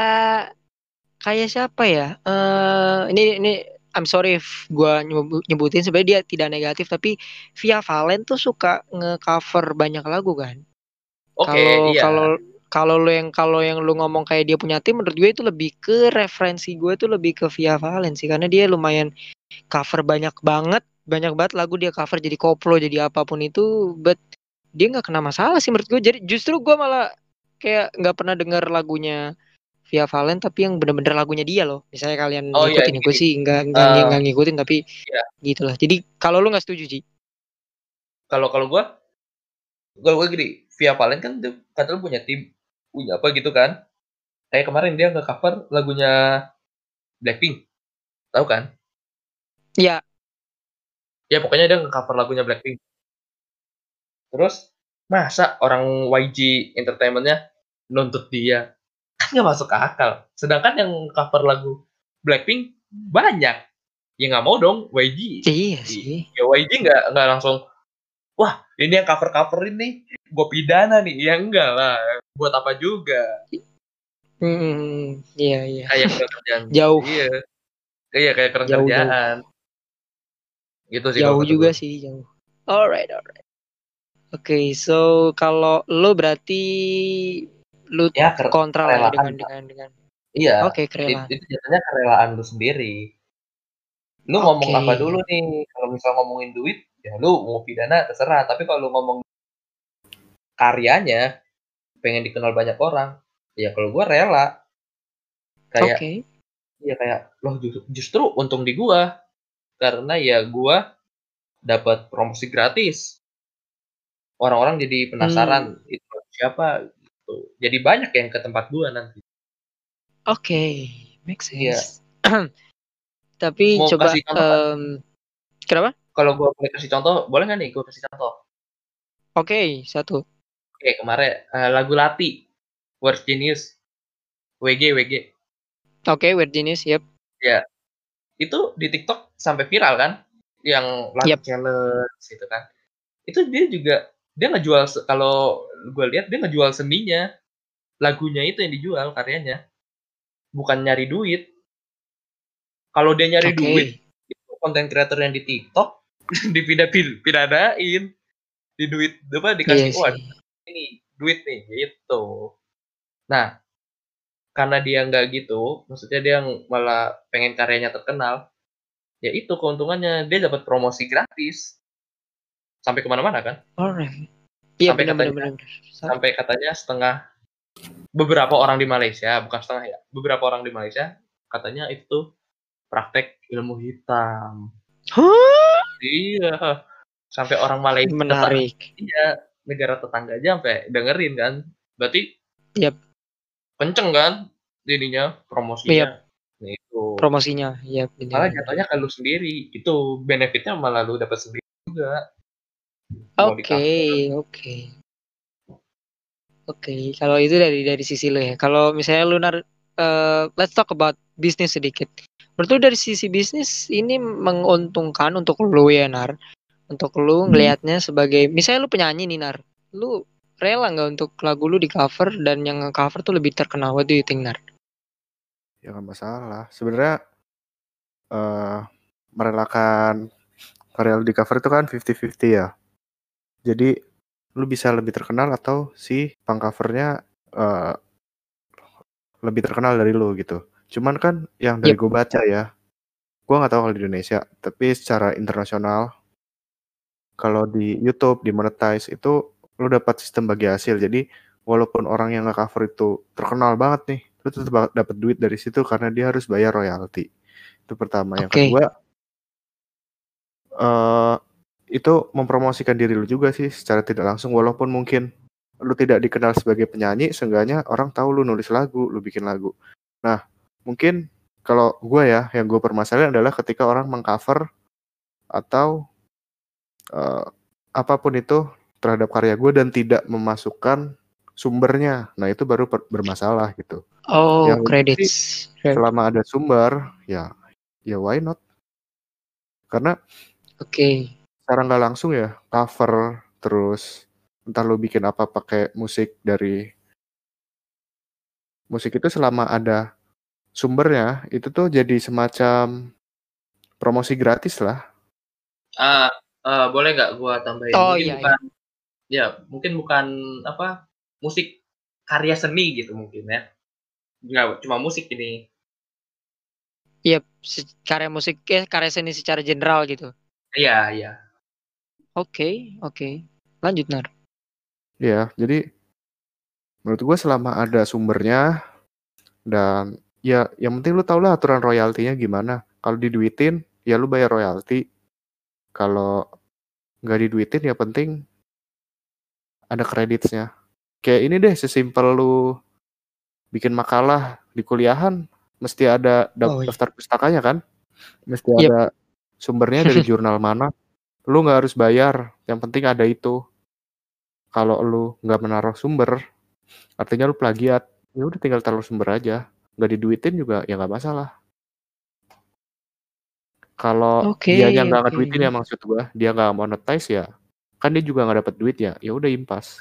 kayak siapa ya? Ini I'm sorry if gue nyebutin, sebenarnya dia tidak negatif, tapi Via Valen tuh suka nge-cover banyak lagu kan. Kalau kalau yang lu ngomong kayak dia punya tim, menurut gue itu lebih ke referensi gue tuh lebih ke Via Valen sih, karena dia lumayan cover banyak banget lagu dia cover, jadi koplo jadi apapun itu, but dia nggak kena masalah sih menurut gue. Jadi justru gue malah kayak nggak pernah dengar lagunya Via Valen tapi yang bener-bener lagunya dia loh. Misalnya kalian Oh iya, ngikutin, gue gini. sih Eh, nggak ngikutin, tapi ya, gitulah. Jadi kalau lu nggak setuju sih? kalau kalau gue gini, Via Valen kan dia katanya punya tim, punya apa gitu kan? Kayak kemarin dia nge-cover lagunya Blackpink, tahu kan? Ya, Ya pokoknya dia nge-cover lagunya Blackpink. Terus masa orang YG Entertainment-nya nuntut dia? Kan nggak masuk akal. Sedangkan yang cover lagu Blackpink banyak. Ya nggak mau dong YG. iya sih. Ya YG nggak langsung, wah ini yang cover ini gue pidana nih. Ya enggak lah. Buat apa juga? Iya iya. Kayak kerjaan. Jauh, Iya. Kayak kurang jauh. kerjaan. Gitu sih kalau Jauh kata juga gue. sih, jauh. Alright. Oke, so kalau lu berarti lu Ya kontra lah ya kerelaan. dengan. Iya. Oke, kerelaan. Itu jatuhnya kerelaan lu sendiri. Lu ngomong Oke. apa dulu nih? Kalau misal ngomongin duit, ya lu mau pidana terserah. Tapi kalau lu ngomong karyanya, pengen dikenal banyak orang, ya kalau gua rela. Kayak, Oke. ya kayak, loh justru untung di gua. Karena ya gua dapat promosi gratis. Orang-orang jadi Hmm, penasaran, itu siapa gitu. Jadi banyak yang ke tempat gua nanti. oke. Make Iya. sense. Tapi Mau coba kasih contoh nggak? kenapa? Kalau gua boleh kasih contoh, boleh nggak nih gua kasih contoh? Oke, satu. Oke, kemarin lagu Lati, World Genius, WG. Oke, Weird Genius, yep. Ya, itu di TikTok sampai viral kan, yang Lati Yep. challenge gitu kan. Itu dia juga dia ngejual kalau gue lihat dia ngejual seninya, lagunya itu yang dijual karyanya, bukan nyari duit. Kalau dia nyari Oke. duit, itu konten creator yang di TikTok dipidanain, di duit apa Iya dikasih, wah sih. ini duit nih gitu. Nah, karena dia nggak gitu, maksudnya dia malah pengen karyanya terkenal, ya itu keuntungannya dia dapat promosi gratis sampai kemana-mana kan. Alright. Iya, Sampai benar benar katanya benar. benar. sampai katanya beberapa orang di Malaysia, bukan setengah ya, beberapa orang di Malaysia katanya itu praktek ilmu hitam. Hah? Iya, sampai orang Malaysia Menarik. iya, negara tetangga aja sampai dengerin kan. Berarti Yep. kenceng kan ininya Yep. promosinya. Nah, itu. Promosinya. Yep, benar Malah benar. jatuhnya ke lu sendiri. Itu benefitnya malah lu dapat sendiri juga. Mau di Oke, cover. oke. Oke, kalau itu dari sisi lu ya. Kalau misalnya lu let's talk about bisnis sedikit. Menurut lu dari sisi bisnis ini menguntungkan untuk lu ya, Nar? Untuk lu ngelihatnya sebagai misalnya lu penyanyi nih, Nar. Lu rela nggak untuk lagu lu di cover dan yang nge-cover tuh lebih terkenal? What do you think, Nar? Ya nggak masalah. Sebenarnya eh merelakan karya lu di cover itu kan 50-50 ya. Jadi lu bisa lebih terkenal atau si pangcovernya eh lebih terkenal dari lu gitu. Cuman kan yang dari Yep. gue baca ya, gue nggak tahu kalau di Indonesia, tapi secara internasional kalau di YouTube di monetize itu lu dapat sistem bagi hasil. Jadi walaupun orang yang nge-cover itu terkenal banget nih, lu tetap dapat duit dari situ karena dia harus bayar royalti. Itu pertama. Yang Oke. kedua, eh itu mempromosikan diri lu juga sih secara tidak langsung, walaupun mungkin lu tidak dikenal sebagai penyanyi, seenggaknya orang tahu lu nulis lagu, lu bikin lagu. Nah, mungkin kalau gue ya, yang gue permasalahan adalah ketika orang mengcover atau apapun itu terhadap karya gue dan tidak memasukkan sumbernya. Nah, itu baru bermasalah gitu. Oh, Yang lebih sih credits. selama ada sumber, ya why not? Karena Oke. secara nggak langsung ya cover terus entah lu bikin apa pakai musik dari musik itu, selama ada sumbernya itu tuh jadi semacam promosi gratis lah. Ah, boleh nggak gua tambahin? Oh Mungkin iya bukan iya. ya, mungkin bukan apa musik karya seni gitu mungkin ya. Nggak cuma musik ini. Iya, karya musik, karya seni secara general gitu. Iya, iya. Oke. Lanjut, Nar. Ya, jadi menurut gue selama ada sumbernya dan ya yang penting lu tau lah aturan royaltinya gimana. Kalau diduitin ya lu bayar royalti. Kalau nggak diduitin ya penting ada kreditnya. Kayak ini deh, sesimpel lu bikin makalah di kuliahan mesti ada Oh iya. daftar pustakanya kan, mesti Yep. ada sumbernya dari jurnal mana. Lu nggak harus bayar, yang penting ada itu. Kalau lu nggak menaruh sumber, artinya lu plagiat. Ya udah tinggal taruh sumber aja, nggak diduitin juga ya nggak masalah. Kalau dianya nggak Oke. ngeduitin ya, maksud gua dia nggak monetize ya, kan dia juga nggak dapat duit ya udah impas.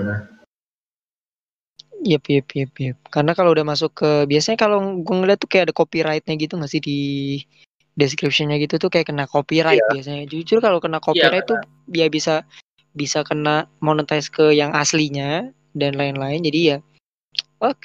Yep. Karena kalau udah masuk ke, biasanya kalau gue ngeliat tuh kayak ada copyrightnya gitu nggak sih di description-nya gitu tuh, kayak kena copyright Iya. biasanya. Jujur kalau kena Iya, copyright karena tuh dia bisa kena monetize ke yang aslinya dan lain-lain. Jadi ya oke.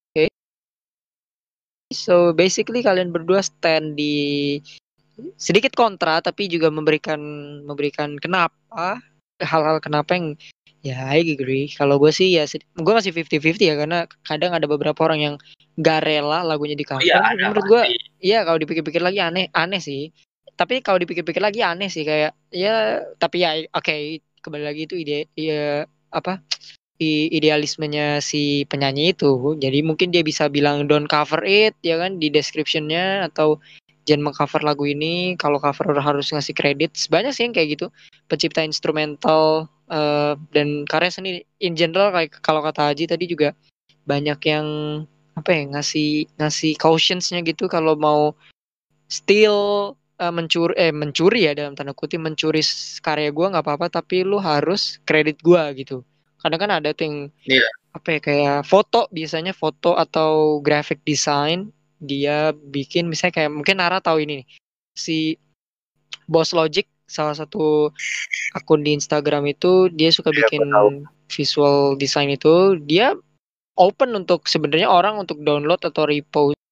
So basically kalian berdua stand di sedikit kontra, tapi juga memberikan kenapa, hal-hal kenapa yang ya I agree. Kalau gue sih ya gue masih 50-50 ya, karena kadang ada beberapa orang yang gak rela lagunya di oh iya cover. ada Menurut gue pasti. ya kalau dipikir-pikir lagi aneh sih. Tapi kalau dipikir-pikir lagi aneh sih, kayak ya tapi ya oke, kembali lagi itu ide ya apa idealismenya si penyanyi itu. Jadi mungkin dia bisa bilang don't cover it ya kan di description-nya, atau jangan mengcover lagu ini, kalau cover harus ngasih kredit. Banyak sih yang kayak gitu. Pencipta instrumental dan karya seni in general, kayak kalau kata Haji tadi juga banyak yang apa ya, ngasih cautions-nya gitu kalau mau still mencuri ya, dalam tanda kutip mencuri karya gue nggak apa-apa, tapi lu harus kredit gue gitu. Kadang kan ada tuh yang Iya. apa ya, kayak foto, biasanya foto atau graphic design dia bikin, misalnya kayak mungkin Nara tahu ini nih, si Boss Logic, salah satu akun di Instagram itu, dia suka Ya bikin gua tahu. visual design itu, dia open untuk sebenarnya orang untuk download atau repost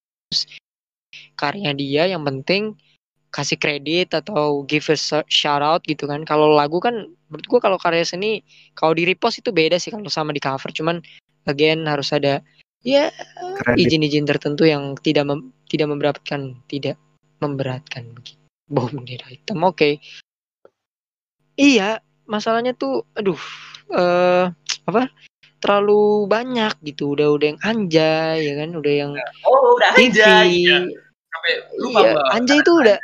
karya dia, yang penting kasih kredit atau give a shout out gitu kan. Kalau lagu kan menurut gua, kalau karya seni kalau di repost itu beda sih kalau sama di cover. Cuman again harus ada ya Kredit. izin-izin tertentu yang tidak memberatkan begitu. Bawah bendera hitam. Oke. Iya, masalahnya tuh aduh eh apa? Terlalu banyak gitu. Udah yang anjay ya kan, udah yang Oh udah TV. aja. Iya. Sampai lupa Iya, gua. anjay itu udah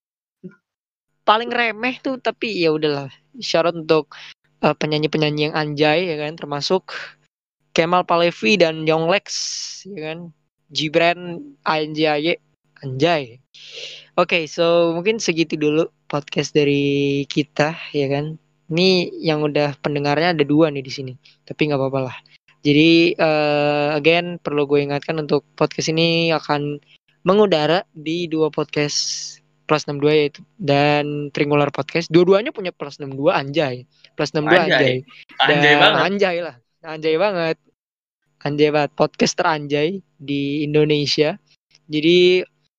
paling remeh tuh, tapi ya udahlah. Syarat untuk penyanyi-penyanyi yang anjay ya kan, termasuk Kemal Palevi dan Yonglex ya kan, Gibran, Anjay anjay. Oke, so mungkin segitu dulu podcast dari kita ya kan. Ini yang udah pendengarnya ada 2 nih di sini, tapi nggak apa-apa lah. Jadi again perlu gue ingatkan, untuk podcast ini akan mengudara di 2 podcast plus 62, yaitu dan Triangular Podcast. Dua-duanya punya plus 62 anjay. Plus 62 anjay. Anjay. Anjay Dan banget. anjay lah. Anjay banget. Anjay banget. Podcast teranjay di Indonesia. Jadi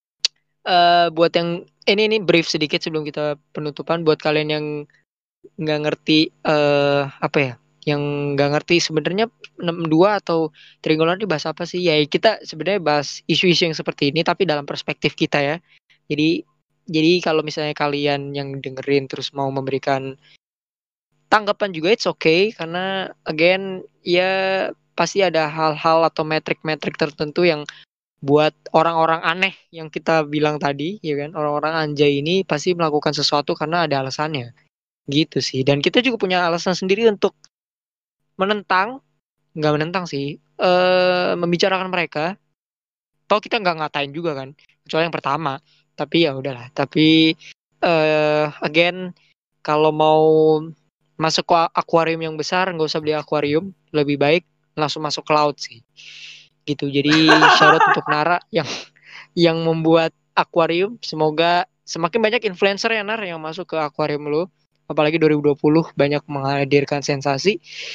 buat yang ini brief sedikit sebelum kita penutupan, buat kalian yang nggak ngerti apa ya, yang nggak ngerti sebenarnya 62 atau Triangular ini bahas apa sih, ya kita sebenarnya bahas isu-isu yang seperti ini tapi dalam perspektif kita ya. Jadi kalau misalnya kalian yang dengerin terus mau memberikan tanggapan juga it's okay, karena again ya pasti ada hal-hal atau metrik-metrik tertentu yang buat orang-orang aneh yang kita bilang tadi ya kan, orang-orang anjay ini pasti melakukan sesuatu karena ada alasannya gitu sih. Dan kita juga punya alasan sendiri untuk menentang, nggak menentang sih, membicarakan mereka. Toh kita nggak ngatain juga kan, kecuali yang pertama. Tapi ya udahlah. Tapi again, kalau mau masuk ke akuarium yang besar, nggak usah beli akuarium, lebih baik langsung masuk ke laut sih. Gitu. Jadi syarat untuk Nara yang membuat akuarium, semoga semakin banyak influencer ya Nar yang masuk ke akuarium lu. Apalagi 2020 banyak menghadirkan sensasi.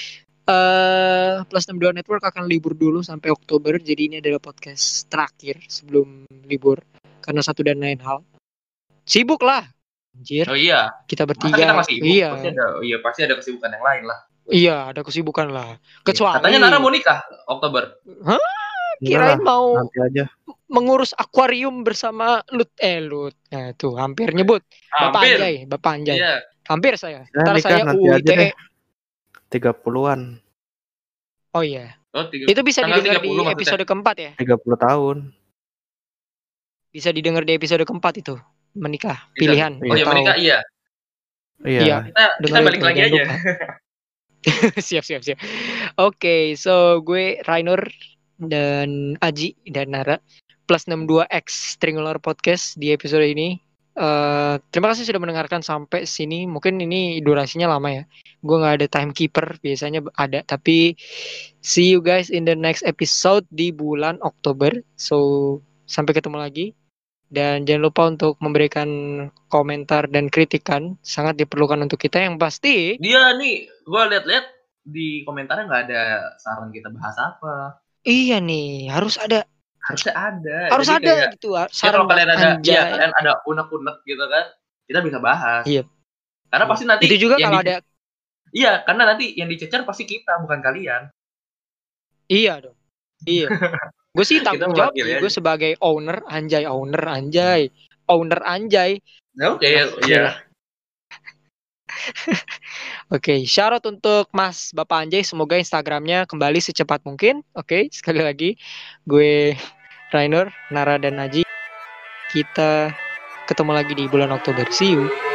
Plus 62 Network akan libur dulu sampai Oktober. Jadi ini adalah podcast terakhir sebelum libur karena satu dan lain hal. Sibuk lah, anjir. Oh iya. Kita Masa bertiga. kita masih sibuk? Iya. Pasti ada kesibukan yang lain lah. Iya, ada kesibukan lah. Kecuali Katanya Nara mau nikah Oktober. kirain mau nanti aja. mengurus akuarium bersama Lut. Nah, tuh hampir nyebut. Bapak Anjay. Iya. Hampir saya. Saya Ntar nikah saya nanti aja UU ITE. deh. 30-an. Oh iya. Oh, Itu bisa tanggal didengar 30 di maksudnya. episode keempat ya. 30 tahun. Bisa didengar di episode keempat itu. Menikah. Bisa. Pilihan. Oh iya, atau- menikah iya. Iya. Kita dengar balik itu, lagi jangan aja. lupa. Siap. Oke, so gue Rainur dan Aji dan Nara plus 62X Triangular Podcast di episode ini. Terima kasih sudah mendengarkan sampai sini. Mungkin ini durasinya lama ya. Gue nggak ada timekeeper, biasanya ada. Tapi see you guys in the next episode di bulan Oktober. So sampai ketemu lagi. Dan jangan lupa untuk memberikan komentar dan kritikan, sangat diperlukan untuk kita. Yang pasti Dia nih, gue lihat-lihat di komentarnya nggak ada saran kita bahas apa. iya nih, harus ada. Harusnya ada. Harus Jadi ada kayak, gitu. ya Saran kalau kalian ada, anjay. kalian ada unek-unek gitu kan, kita bisa bahas. Iya. Karena pasti nanti Itu juga yang kalau ada. Iya, karena nanti yang dicecer pasti kita, bukan kalian. Iya dong. Iya. Gue sih tanggung jawab. mewakili Gue aja. sebagai owner anjay. Owner anjay. Oke, Iya. iya. Oke, shout out untuk Mas Bapak Anjay. Semoga Instagramnya kembali secepat mungkin. Oke, sekali lagi gue Rainur, Nara dan Aji. Kita ketemu lagi di bulan Oktober. See you.